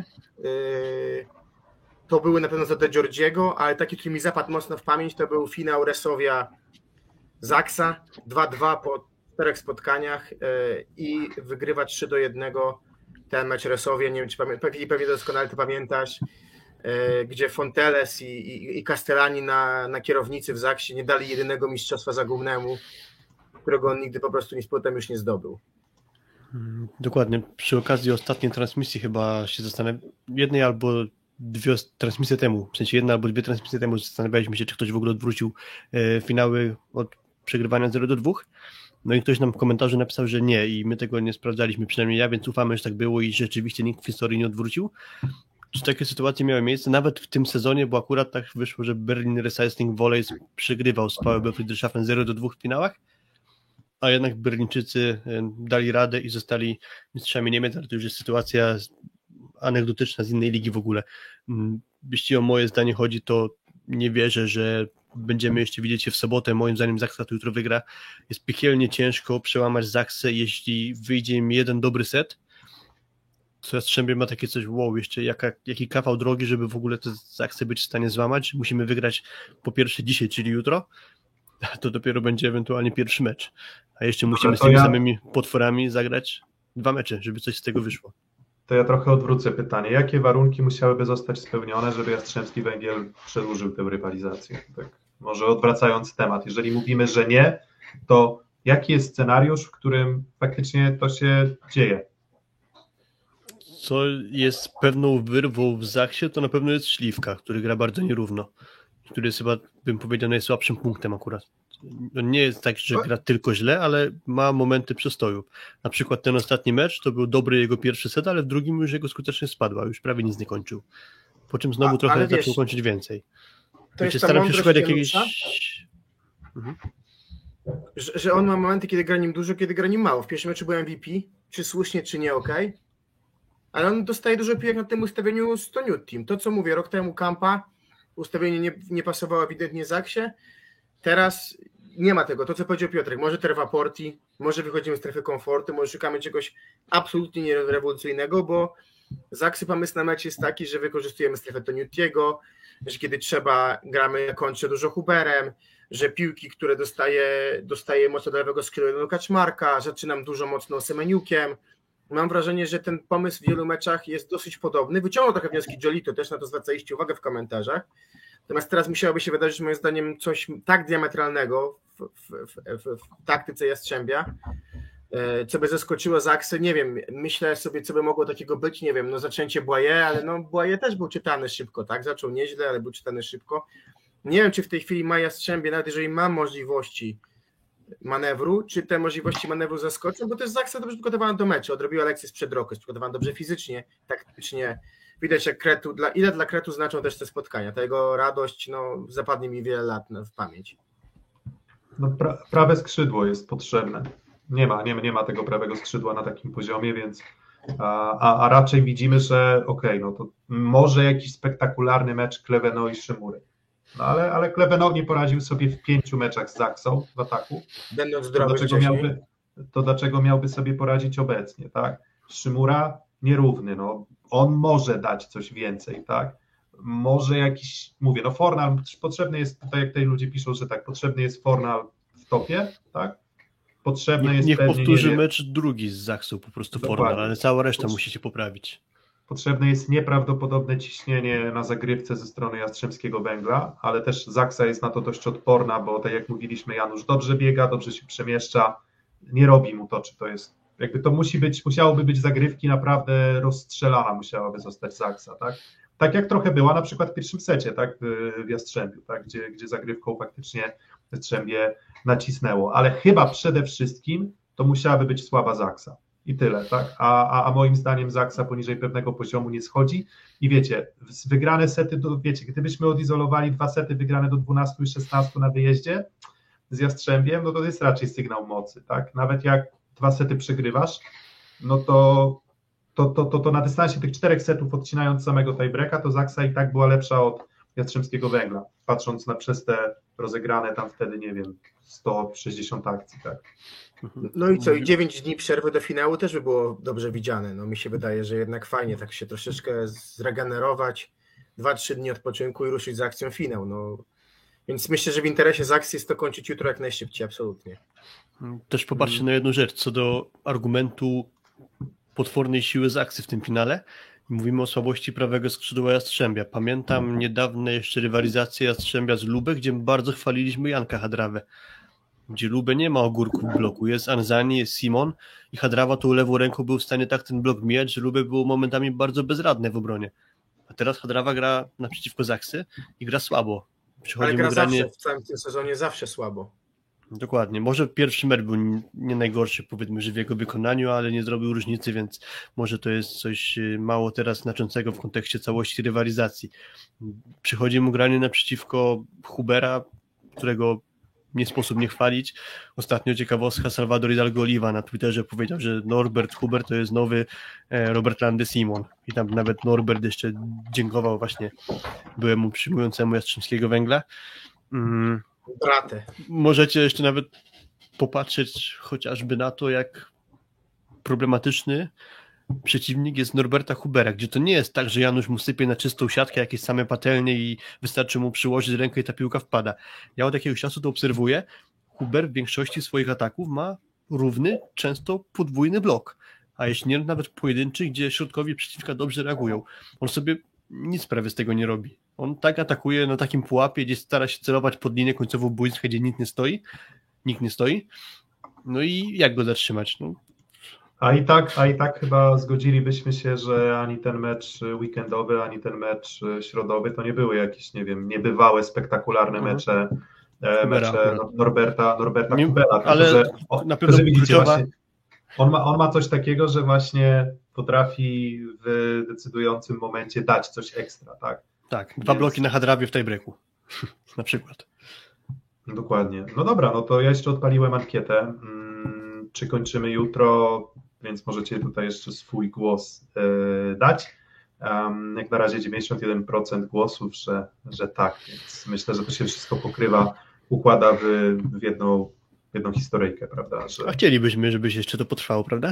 Speaker 4: To były na pewno za De Giorgiego, ale taki, który mi zapadł mocno w pamięć, to był finał Resowia-Zaksa 2-2 po 4 spotkaniach i wygrywa 3-1 ten mecz Resowia. Nie wiem, czy pewnie doskonale to pamiętasz, gdzie Fonteles i Castellani na kierownicy w Zaksie nie dali jedynego mistrzostwa Zagubnemu, którego on nigdy po prostu nic potem już nie zdobył.
Speaker 3: Dokładnie. Przy okazji ostatniej transmisji chyba się jednej albo dwie transmisje temu, w sensie jedna albo dwie transmisje temu zastanawialiśmy się, czy ktoś w ogóle odwrócił finały od przegrywania 0-2. No i ktoś nam w komentarzu napisał, że nie i my tego nie sprawdzaliśmy, przynajmniej ja, więc ufamy, że tak było i rzeczywiście nikt w historii nie odwrócił. Czy takie sytuacje miały miejsce? Nawet w tym sezonie, bo akurat tak wyszło, że Berlin Recycling Volleys przegrywał z VfB Friedrichshafen 0-2 w finałach, a jednak Berlińczycy dali radę i zostali mistrzami Niemiec, ale to już jest sytuacja anegdotyczna z innej ligi w ogóle. Jeśli o moje zdanie chodzi, to nie wierzę, że będziemy jeszcze widzieć się w sobotę. Moim zdaniem Zaksa to jutro wygra. Jest piekielnie ciężko przełamać Zaksę, jeśli wyjdzie im jeden dobry set. Co Jastrzębie ma takie coś, wow, jeszcze jaki kawał drogi, żeby w ogóle te Zaksy być w stanie złamać. Musimy wygrać po pierwsze dzisiaj, czyli jutro. To dopiero będzie ewentualnie pierwszy mecz. A jeszcze musimy z tymi samymi potworami zagrać 2 mecze, żeby coś z tego wyszło.
Speaker 5: To ja trochę odwrócę pytanie. Jakie warunki musiałyby zostać spełnione, żeby Jastrzębski Węgiel przedłużył tę rywalizację? Tak, może odwracając temat. Jeżeli mówimy, że nie, to jaki jest scenariusz, w którym faktycznie to się dzieje?
Speaker 3: Co jest pewną wyrwą w Zaksie, to na pewno jest Śliwka, który gra bardzo nierówno. Który jest chyba, bym powiedział, najsłabszym punktem akurat. Nie jest tak, że gra tylko źle, ale ma momenty przestoju. Na przykład ten ostatni mecz to był dobry jego pierwszy set, ale w drugim już jego skuteczność spadła, już prawie nic nie kończył. Po czym znowu trochę zaczął kończyć więcej.
Speaker 4: To jest
Speaker 3: staram się szukać jakiegoś...
Speaker 4: Że on ma momenty, kiedy gra nim dużo, kiedy gra nim mało. W pierwszym meczu był MVP, czy słusznie, czy nie, okej. Ale on dostaje dużo piłek na tym ustawieniu 100 Newt Team. To, co mówię, rok temu Kampa, ustawienie nie pasowało ewidentnie Zaksie. Teraz nie ma tego. To, co powiedział Piotrek, może Terva Porti, może wychodzimy z strefy komfortu, może szukamy czegoś absolutnie nierewolucyjnego, bo Zaksy pomysł na mecz jest taki, że wykorzystujemy strefę Toniutiego, że kiedy trzeba, gramy na kontrze dużo Huberem, że piłki, które dostaje mocno do lewego skrzydła do Kaczmarka, zaczynam dużo mocno Semeniukiem. Mam wrażenie, że ten pomysł w wielu meczach jest dosyć podobny. Wyciągnął trochę wnioski Jolito, też na to zwracaliście uwagę w komentarzach. Natomiast teraz musiałoby się wydarzyć, moim zdaniem, coś tak diametralnego w taktyce Jastrzębia, co by zaskoczyło Zaksę. Nie wiem, myślę sobie, co by mogło takiego być. Nie wiem, zaczęcie Boye, ale Boye też był czytany szybko, tak? Zaczął nieźle, ale był czytany szybko. Nie wiem, czy w tej chwili ma Jastrzębie, nawet jeżeli ma możliwości manewru, czy te możliwości manewru zaskoczą, bo też Zaksa dobrze przygotowana do meczu, odrobiła lekcję sprzed roku, jest przygotowana dobrze fizycznie, taktycznie. Widać, jak ile dla Kretu znaczą też te spotkania. Ta jego radość zapadnie mi wiele lat w pamięć.
Speaker 5: Prawe skrzydło jest potrzebne. Nie ma tego prawego skrzydła na takim poziomie, więc a raczej widzimy, że to może jakiś spektakularny mecz Kleveno i Szymury. Ale Kleveno nie poradził sobie w 5 meczach z Zaksą w ataku.
Speaker 4: Będąc zdrowy
Speaker 5: dlaczego miałby sobie poradzić obecnie, tak? Szymura nierówny, on może dać coś więcej, tak? Może jakiś, Fornal, potrzebny jest, tutaj jak tutaj ludzie piszą, że tak, potrzebny jest Fornal w topie, tak?
Speaker 3: Niech powtórzy mecz drugi z Zaksą po prostu Fornal, ale cała reszta musi się poprawić.
Speaker 5: Potrzebne jest nieprawdopodobne ciśnienie na zagrywce ze strony Jastrzębskiego Węgla, ale też Zaksa jest na to dość odporna, bo tak jak mówiliśmy, Janusz dobrze biega, dobrze się przemieszcza, nie robi mu to, czy to jest jakby to musiałoby być zagrywki naprawdę rozstrzelana, musiałaby zostać Zaksa, tak? Tak jak trochę była na przykład w pierwszym secie, tak, w Jastrzębiu, tak, gdzie zagrywką faktycznie Jastrzębie nacisnęło, ale chyba przede wszystkim to musiałaby być słaba Zaksa i tyle, tak, a moim zdaniem Zaksa poniżej pewnego poziomu nie schodzi i wiecie, wygrane sety, gdybyśmy odizolowali 2 sety wygrane do 12 i 16 na wyjeździe z Jastrzębiem, no to jest raczej sygnał mocy, tak, nawet jak 2 sety przegrywasz, no to na dystansie tych 4 setów odcinając samego tiebreaka, to Zaksa i tak była lepsza od Jastrzębskiego Węgla, patrząc przez te rozegrane tam wtedy, nie wiem, 160 akcji, tak.
Speaker 4: No i co, i 9 dni przerwy do finału też by było dobrze widziane, no mi się wydaje, że jednak fajnie tak się troszeczkę zregenerować, 2-3 dni odpoczynku i ruszyć z akcją finał, no. Więc myślę, że w interesie Zaksy jest to kończyć jutro jak najszybciej, absolutnie.
Speaker 3: Też popatrzcie na jedną rzecz, co do argumentu potwornej siły Zaksy w tym finale. Mówimy o słabości prawego skrzydła Jastrzębia. Pamiętam niedawne jeszcze rywalizację Jastrzębia z Lubę, gdzie bardzo chwaliliśmy Janka Hadrawę, gdzie Lubę nie ma ogórków w bloku. Jest Anzani, jest Simon i Hadrawa tą lewą ręką był w stanie tak ten blok mijać, że Lubę było momentami bardzo bezradne w obronie. A teraz Hadrawa gra naprzeciwko Zaksy i gra słabo.
Speaker 4: Ale gra zawsze, w całym tym sezonie zawsze słabo.
Speaker 3: Dokładnie. Może pierwszy mecz był nie najgorszy, powiedzmy, że w jego wykonaniu, ale nie zrobił różnicy, więc może to jest coś mało teraz znaczącego w kontekście całości rywalizacji. Przychodzi mu granie naprzeciwko Hubera, którego nie sposób nie chwalić. Ostatnio ciekawostka, Salvador Hidalgo Oliva na Twitterze powiedział, że Norbert Huber to jest nowy Robert Landy Simon. I tam nawet Norbert jeszcze dziękował właśnie byłemu przyjmującemu Jastrzębskiego Węgla.
Speaker 4: Bratę.
Speaker 3: Możecie jeszcze nawet popatrzeć chociażby na to, jak problematyczny przeciwnik jest Norberta Hubera, gdzie to nie jest tak, że Janusz mu sypie na czystą siatkę jakieś same patelnie i wystarczy mu przyłożyć rękę i ta piłka wpada. Ja od jakiegoś czasu to obserwuję. Huber w większości swoich ataków ma równy, często podwójny blok, a jeśli nie nawet pojedynczy, gdzie środkowi przeciwnika dobrze reagują. On sobie nic prawie z tego nie robi. On tak atakuje na takim pułapie, gdzie stara się celować pod linię końcową boiska, gdzie nikt nie stoi. No i jak go zatrzymać? No.
Speaker 5: A i tak chyba zgodzilibyśmy się, że ani ten mecz weekendowy, ani ten mecz środowy to nie były jakieś, nie wiem, niebywałe, spektakularne mecze Norberta Hubera.
Speaker 3: Ale
Speaker 5: że,
Speaker 3: na pewno
Speaker 5: widzicie,
Speaker 3: kluczowa...
Speaker 5: właśnie, on ma coś takiego, że właśnie potrafi w decydującym momencie dać coś ekstra, tak?
Speaker 3: Tak, 2 bloki na Hadrawie w tiebreaku na przykład.
Speaker 5: Dokładnie. No dobra, no to ja jeszcze odpaliłem ankietę. Czy kończymy jutro, więc możecie tutaj jeszcze swój głos dać. Jak na razie 91% głosów, że tak, więc myślę, że to się wszystko pokrywa, układa w jedną historyjkę, prawda?
Speaker 3: A chcielibyśmy, żebyś jeszcze to potrwało, prawda?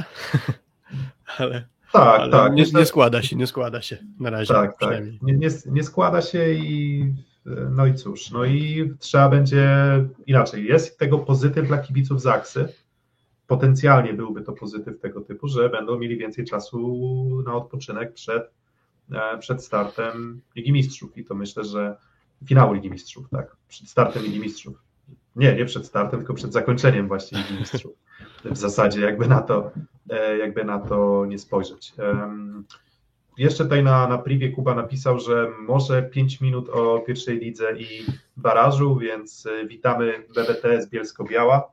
Speaker 3: ale
Speaker 5: tak.
Speaker 3: Nie składa się na razie.
Speaker 5: Tak. Nie składa się i no i cóż, no i trzeba będzie inaczej. Jest tego pozytyw dla kibiców Zaksy. Potencjalnie byłby to pozytyw tego typu, że będą mieli więcej czasu na odpoczynek przed startem Ligi Mistrzów i to myślę, że finału Ligi Mistrzów, tak, przed startem Ligi Mistrzów. Nie przed startem, tylko przed zakończeniem właśnie Ligi Mistrzów. W zasadzie jakby na to nie spojrzeć. Jeszcze tutaj na privie Kuba napisał, że może 5 minut o pierwszej lidze i barażu, więc witamy BBTS Bielsko-Biała.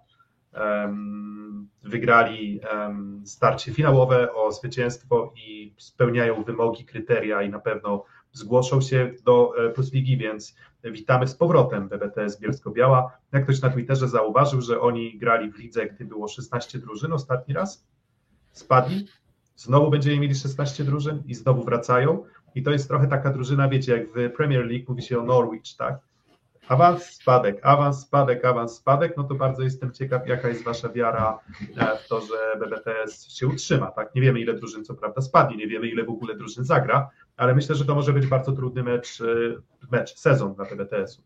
Speaker 5: Wygrali starcie finałowe o zwycięstwo i spełniają wymogi, kryteria i na pewno zgłoszą się do Plus Ligi, więc witamy z powrotem BBTS Bielsko-Biała. Jak ktoś na Twitterze zauważył, że oni grali w lidze, gdy było 16 drużyn ostatni raz, spadli, znowu będziemy mieli 16 drużyn i znowu wracają i to jest trochę taka drużyna, wiecie, jak w Premier League mówi się o Norwich, tak? Awans, spadek, no to bardzo jestem ciekaw, jaka jest wasza wiara w to, że BBTS się utrzyma, tak? Nie wiemy, ile drużyn co prawda spadnie, nie wiemy, ile w ogóle drużyn zagra, ale myślę, że to może być bardzo trudny sezon dla BBTS-u.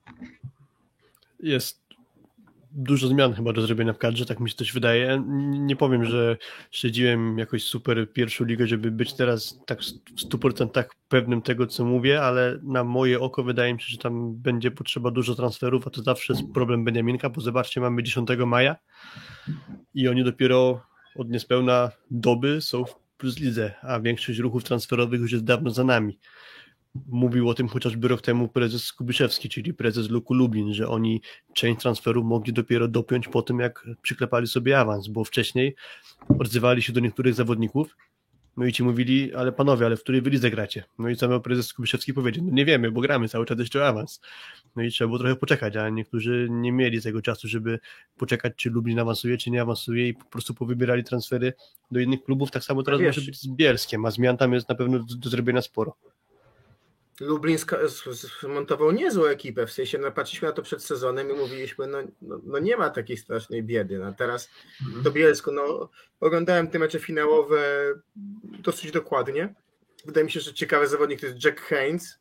Speaker 3: Jest dużo zmian chyba do zrobienia w kadrze, tak mi się coś wydaje. Nie powiem, że śledziłem jakoś super pierwszą ligę, żeby być teraz tak w 100% pewnym tego, co mówię, ale na moje oko wydaje mi się, że tam będzie potrzeba dużo transferów, a to zawsze jest problem Beniaminka, bo zobaczcie, mamy 10 maja i oni dopiero od niespełna doby są w Plus Lidze, a większość ruchów transferowych już jest dawno za nami. Mówił o tym chociażby rok temu prezes Kubiszewski, czyli prezes Luku Lublin, że oni część transferów mogli dopiero dopiąć po tym, jak przyklepali sobie awans, bo wcześniej odzywali się do niektórych zawodników, no i ci mówili, ale panowie, ale w której wy lidze gracie? No i co miał prezes Kubiszewski powiedzieć? No nie wiemy, bo gramy cały czas jeszcze o awans. No i trzeba było trochę poczekać, a niektórzy nie mieli tego czasu, żeby poczekać, czy Lublin awansuje, czy nie awansuje i po prostu powybierali transfery do innych klubów. Tak samo teraz może być z Bielskiem, a zmian tam jest na pewno do zrobienia sporo.
Speaker 4: Lublin zmontował niezłą ekipę, w sensie patrzyliśmy na to przed sezonem i mówiliśmy, no nie ma takiej strasznej biedy. No teraz do Bielsku, oglądałem te mecze finałowe dosyć dokładnie. Wydaje mi się, że ciekawy zawodnik to jest Jack Haynes.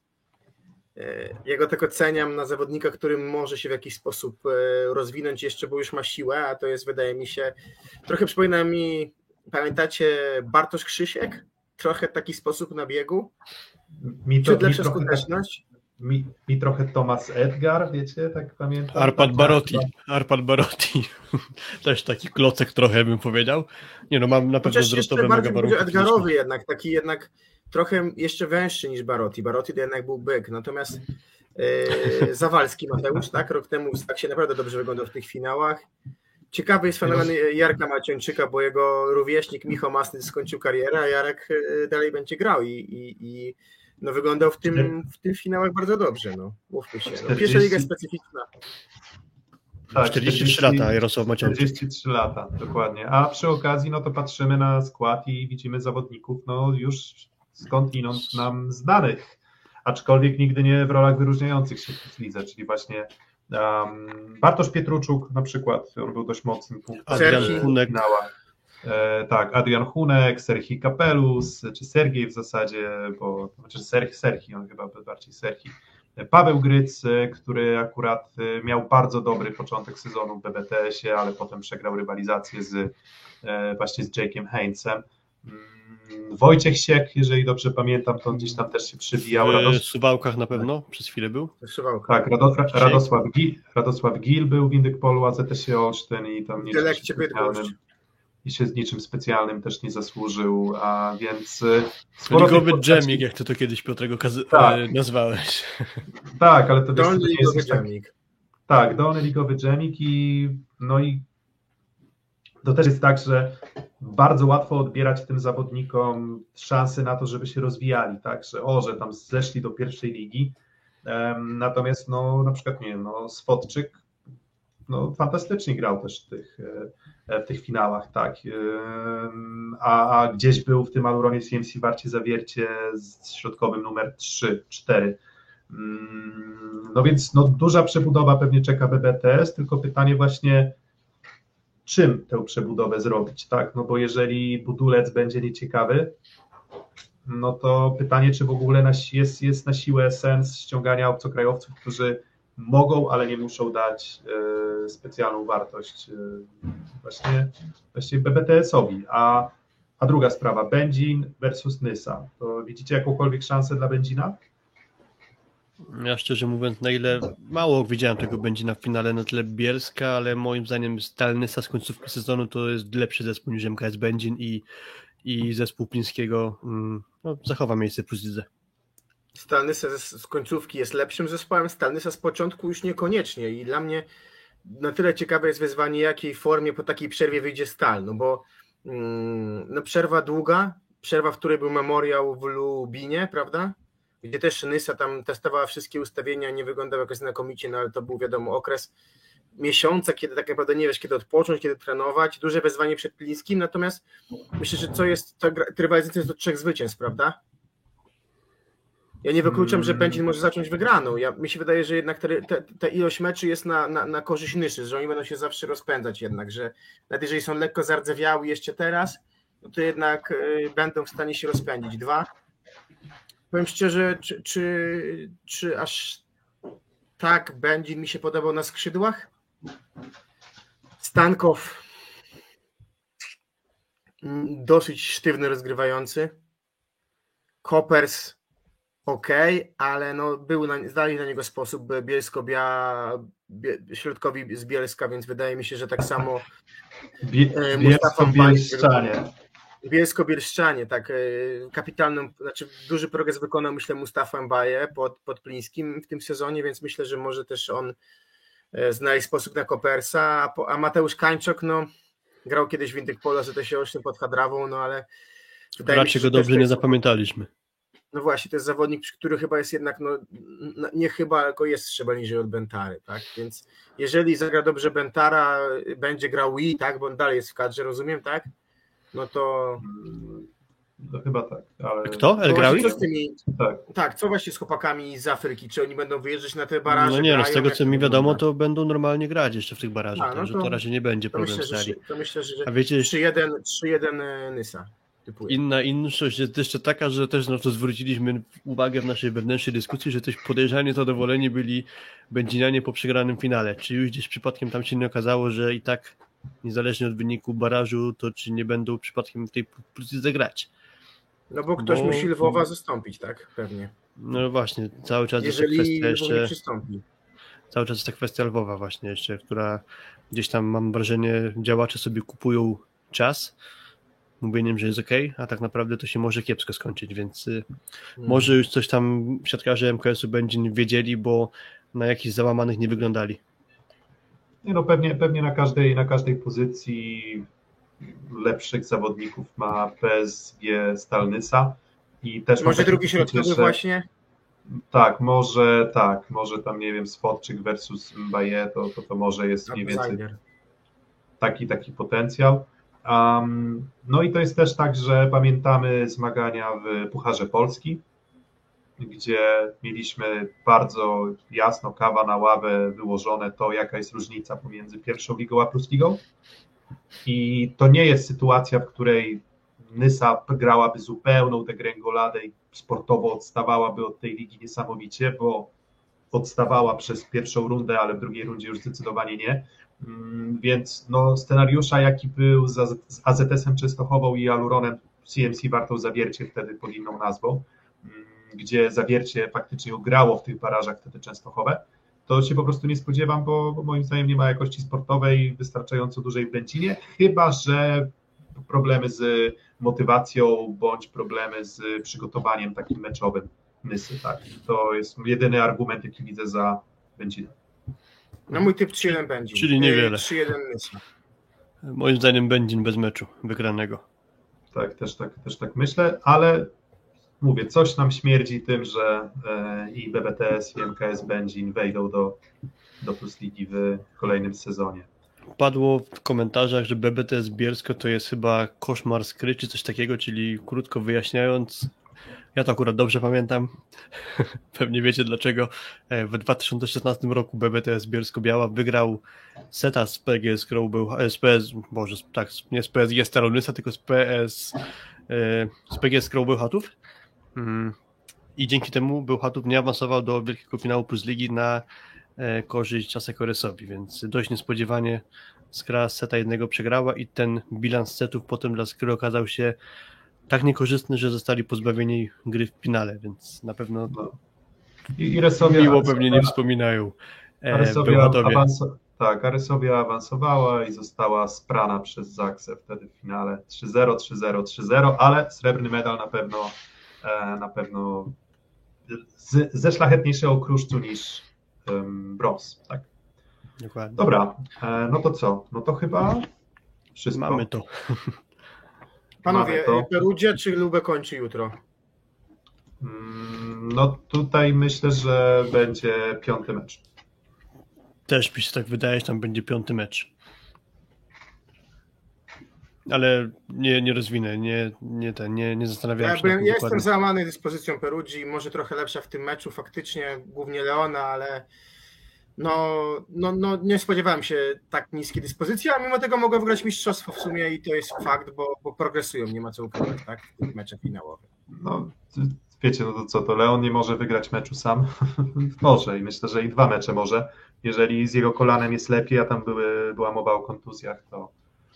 Speaker 4: Ja go tak oceniam na zawodnika, który może się w jakiś sposób rozwinąć jeszcze, bo już ma siłę, a to jest, wydaje mi się, trochę przypomina mi, pamiętacie Bartosz Krzysiek? Trochę taki sposób na biegu. Ciut lepsza skuteczność.
Speaker 5: Mi trochę Thomas Edgar, wiecie, tak pamiętam.
Speaker 3: Arpad Barotti. Też taki klocek trochę bym powiedział. Nie no, mam na pewno wzrostowe mega warunki.
Speaker 4: Edgarowy jednak trochę jeszcze węższy niż Barotti. Barotti to jednak był byk, natomiast Zawalski Mateusz, tak? Rok temu tak się naprawdę dobrze wyglądał w tych finałach. Ciekawy jest fenomen Jarka Maciączyka, bo jego rówieśnik Michał Masny skończył karierę, a Jarek dalej będzie grał i wyglądał w tym finałach bardzo dobrze. Mówmy się. Pierwsza liga jest specyficzna.
Speaker 3: Tak, 43 lata Jarosław Maciączyk.
Speaker 5: 43 lata, dokładnie. A przy okazji to patrzymy na skład i widzimy zawodników już skądinąd nam znanych, aczkolwiek nigdy nie w rolach wyróżniających się w lidze, czyli właśnie Bartosz Pietruczuk na przykład, on był dość mocnym punktem
Speaker 3: Adrian Hunek.
Speaker 5: Tak, Adrian Hunek, Serhii Kapelus, czy Sergiej w zasadzie, Serhii, on chyba bardziej Serhii. Paweł Gryc, który akurat miał bardzo dobry początek sezonu w BBTS-ie, ale potem przegrał rywalizację właśnie z Jake'em Haynesem. Wojciech Siek, jeżeli dobrze pamiętam, to gdzieś tam też się przybijał.
Speaker 3: W Suwałkach na pewno, przez chwilę był.
Speaker 5: Tak, Radosław Gil był w Indykpolu, AZS-ie Olsztyn i tam się z niczym specjalnym też nie zasłużył, a więc...
Speaker 3: Ligowy dżemik, jak ty to kiedyś Piotrego nazwałeś.
Speaker 5: Tak, ale to
Speaker 4: dolny ligowy dżemik.
Speaker 5: Tak, dolny ligowy dżemik i to też jest tak, że bardzo łatwo odbierać tym zawodnikom szansy na to, żeby się rozwijali, tak, że tam zeszli do pierwszej ligi, natomiast na przykład Swodczyk fantastycznie grał też w tych finałach, tak, a gdzieś był w tym Auronie CMC Warcie Zawiercie z środkowym numer 3-4. Więc duża przebudowa pewnie czeka BBTS, tylko pytanie właśnie, czym tę przebudowę zrobić, tak? Bo jeżeli budulec będzie nieciekawy, to pytanie, czy w ogóle jest na siłę sens ściągania obcokrajowców, którzy mogą, ale nie muszą dać specjalną wartość właśnie BBTS-owi. A druga sprawa, Będzin versus Nysa. To widzicie jakąkolwiek szansę dla Będzina?
Speaker 3: Ja szczerze mówiąc, na ile mało widziałem tego Będzina w finale na tle Bielska, ale moim zdaniem Stal Nysa z końcówki sezonu to jest lepszy zespół niż MKS Będzin i zespół Plińskiego zachowa miejsce w Plus Lidze.
Speaker 4: Stal Nysa z końcówki jest lepszym zespołem, Stal Nysa z początku już niekoniecznie i dla mnie na tyle ciekawe jest wyzwanie, jakiej formie po takiej przerwie wyjdzie Stal, bo przerwa długa, przerwa, w której był memoriał w Lubinie, prawda? Gdzie też Nysa tam testowała wszystkie ustawienia, nie wyglądał jakoś znakomicie, ale to był wiadomo okres miesiąca, kiedy tak naprawdę nie wiesz, kiedy odpocząć, kiedy trenować, duże wyzwanie przed Plińskim, natomiast myślę, że ta rywalizacja jest do 3 zwycięstw, prawda? Ja nie wykluczam, że Będzin może zacząć wygraną. Mi się wydaje, że jednak ta ilość meczy jest na korzyść Nysy, że oni będą się zawsze rozpędzać jednak, że nawet jeżeli są lekko zardzewiały jeszcze teraz, to jednak będą w stanie się rozpędzić. 2. Powiem szczerze, czy aż tak Będzin mi się podobał na skrzydłach? Stankow dosyć sztywny rozgrywający. Koppers okej, ale no znali na niego sposób środkowi z Bielska, więc wydaje mi się, że tak samo
Speaker 5: Bielsko-Bielszczanie.
Speaker 4: Bielsko-Bielszczanie, tak, duży progres wykonał, myślę, Mustafa Mbaye pod Plińskim w tym sezonie, więc myślę, że może też on znaleźć sposób na Kopersa, a Mateusz Kańczok, no, grał kiedyś w Intykpolu AZS-8 pod Hadrawą, no ale wydaje mi się,
Speaker 3: Raczej
Speaker 4: że
Speaker 3: go dobrze
Speaker 4: też
Speaker 3: nie zapamiętaliśmy.
Speaker 4: No właśnie, to jest zawodnik, który chyba jest jednak, no nie chyba, tylko jest szczebel niżej od Bentary, tak, więc jeżeli zagra dobrze Bentara, będzie grał Wii, tak, bo on dalej jest w kadrze, rozumiem, tak, no to...
Speaker 5: No chyba tak, ale...
Speaker 3: Kto? El Graoui?
Speaker 5: Tak.
Speaker 4: Co właśnie z chłopakami z Afryki, czy oni będą wyjeżdżać na te baraże?
Speaker 3: No nie, no z tego co mi wiadomo,
Speaker 4: wygląda?
Speaker 3: to będą normalnie grać jeszcze w tych barażach,
Speaker 4: no
Speaker 3: także to raczej nie będzie problem w serii.
Speaker 4: To myślę, że
Speaker 3: A wiecie,
Speaker 4: 3-1 Nysa. Typuję.
Speaker 3: inna inność jest jeszcze taka, że też na to zwróciliśmy uwagę w naszej wewnętrznej dyskusji, że też podejrzanie zadowoleni byli Będzinianie po przegranym finale. Czy już gdzieś przypadkiem tam się nie okazało, że i tak niezależnie od wyniku barażu, to czy nie będą przypadkiem w tej plus grać?
Speaker 4: No bo ktoś musi Lwowa zastąpić, tak? Pewnie.
Speaker 3: No właśnie, cały czas
Speaker 4: Jeżeli
Speaker 3: jest kwestia
Speaker 4: jeszcze... nie
Speaker 3: jeszcze...
Speaker 4: przystąpi.
Speaker 3: Cały czas jest ta kwestia Lwowa właśnie jeszcze, która gdzieś tam, mam wrażenie, działacze sobie kupują czas, mówieniem, że jest okej, a tak naprawdę to się może kiepsko skończyć, więc może już coś tam siatkarze MKS-u Będzin wiedzieli, bo na jakichś załamanych nie wyglądali.
Speaker 5: Nie no, pewnie na każdej pozycji lepszych zawodników ma PSG Stal Nysa i też
Speaker 4: może drugi środkowy właśnie?
Speaker 5: Tak, może tam nie wiem, Swodczyk versus Mbaye, to może jest mniej więcej taki potencjał. No i to jest też tak, że pamiętamy zmagania w Pucharze Polski, gdzie mieliśmy bardzo jasno kawa na ławę wyłożone to, jaka jest różnica pomiędzy pierwszą ligą a Plus Ligą. I to nie jest sytuacja, w której Nysa grałaby zupełną degrengoladę i sportowo odstawałaby od tej ligi niesamowicie, bo odstawała przez pierwszą rundę, ale w drugiej rundzie już zdecydowanie nie. Więc no, scenariusza, jaki był z AZS-em Częstochową i Aluronem CMC Wartą Zawiercie wtedy pod inną nazwą, gdzie Zawiercie faktycznie grało w tych barażach wtedy Częstochowe, to się po prostu nie spodziewam, bo moim zdaniem nie ma jakości sportowej wystarczająco dużej w Będzinie, chyba że problemy z motywacją bądź problemy z przygotowaniem takim meczowym Nysy. Tak. To jest jedyny argument, jaki widzę za Będzinem.
Speaker 4: No mój typ 3-1 Będzin.
Speaker 3: Czyli niewiele.
Speaker 4: 3-1 Nysa.
Speaker 3: Moim zdaniem Będzin bez meczu wygranego.
Speaker 5: Tak, też tak myślę, ale mówię, coś nam śmierdzi tym, że i BBTS, i MKS Będzin wejdą do Plus Ligi w kolejnym sezonie.
Speaker 3: Padło w komentarzach, że BBTS Bielsko to jest chyba koszmar skry, czy coś takiego, czyli krótko wyjaśniając, ja to akurat dobrze pamiętam, pewnie wiecie dlaczego, w 2016 roku BBTS Bielsko-Biała wygrał seta z PGS nie z PSG Stal Nysa, tylko z PGS Bełchatów. I dzięki temu Bełchatów nie awansował do wielkiego finału Plus Ligi na korzyść Asekoresowi, więc dość niespodziewanie Skra seta jednego przegrała i ten bilans setów potem dla Skry okazał się tak niekorzystny, że zostali pozbawieni gry w finale, więc na pewno
Speaker 5: I Resowia
Speaker 3: miło pewnie nie wspominają Bełchatowie.
Speaker 5: Resowia awansowała i została sprana przez Zaksę wtedy w finale 3-0, 3-0, 3-0, ale srebrny medal na pewno ze szlachetniejszego kruszcu niż brąz, tak.
Speaker 3: Dokładnie.
Speaker 5: Dobra, no to co? No to chyba wszystko.
Speaker 3: Mamy to.
Speaker 4: Panowie, Perugia czy Lubę kończy jutro?
Speaker 5: No tutaj myślę, że będzie 5. mecz.
Speaker 3: Też mi się tak wydaje, że tam będzie 5. mecz. Ale nie rozwinę, nie zastanawiałem się.
Speaker 4: Ja jestem załamany dyspozycją Perugii, może trochę lepsza w tym meczu, faktycznie, głównie Leona, ale no nie spodziewałem się tak niskiej dyspozycji, a mimo tego mogą wygrać mistrzostwo w sumie i to jest fakt, bo progresują, nie ma co ukrywać, tak, w tych meczach finałowych.
Speaker 5: No wiecie, no to co, to Leon nie może wygrać meczu sam? Może i myślę, że i 2 mecze może. Jeżeli z jego kolanem jest lepiej, a tam była mowa o kontuzjach, to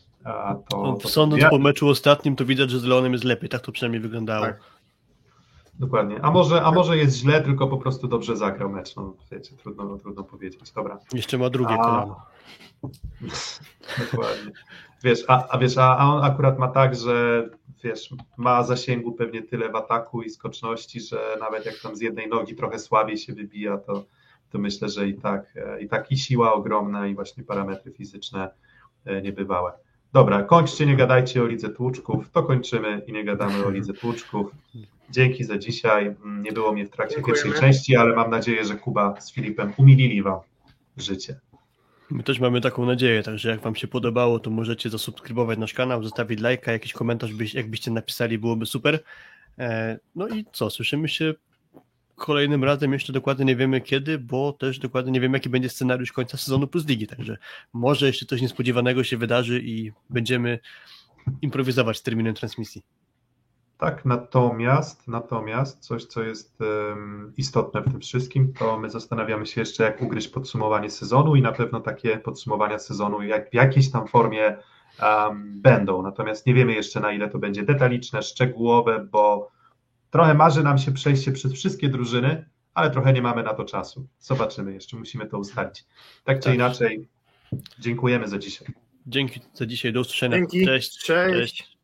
Speaker 3: sądząc po meczu ostatnim, to widać, że z Leonem jest lepiej, tak to przynajmniej wyglądało.
Speaker 4: Tak.
Speaker 5: Dokładnie. A może jest źle, tylko po prostu dobrze zagrał mecz. No wiecie, trudno powiedzieć. Dobra.
Speaker 3: Jeszcze ma drugie kolano.
Speaker 5: Dokładnie. A on akurat ma tak, że ma zasięgu pewnie tyle w ataku i skoczności, że nawet jak tam z jednej nogi trochę słabiej się wybija, to myślę, że i tak i siła ogromna i właśnie parametry fizyczne niebywałe. Dobra, kończcie, nie gadajcie o Lidze Tłuczków, to kończymy i nie gadamy o Lidze Tłuczków. Dzięki za dzisiaj. Nie było mnie w trakcie pierwszej części, ale mam nadzieję, że Kuba z Filipem umilili wam życie.
Speaker 3: My też mamy taką nadzieję, także jak wam się podobało, to możecie zasubskrybować nasz kanał, zostawić lajka, jakiś komentarz, jakbyście napisali, byłoby super. No i co, słyszymy się kolejnym razem, jeszcze dokładnie nie wiemy kiedy, bo też dokładnie nie wiemy, jaki będzie scenariusz końca sezonu plus ligi, także może jeszcze coś niespodziewanego się wydarzy i będziemy improwizować z terminem transmisji.
Speaker 5: Tak, natomiast coś, co jest istotne w tym wszystkim, to my zastanawiamy się jeszcze, jak ugryźć podsumowanie sezonu i na pewno takie podsumowania sezonu w jakiejś tam formie będą. Natomiast nie wiemy jeszcze, na ile to będzie detaliczne, szczegółowe, bo trochę marzy nam się przejście przez wszystkie drużyny, ale trochę nie mamy na to czasu. Zobaczymy, jeszcze musimy to ustalić. Tak czy inaczej, dziękujemy za dzisiaj.
Speaker 3: Dzięki za dzisiaj, do usłyszenia.
Speaker 4: Dzięki.
Speaker 3: Cześć.
Speaker 4: Cześć.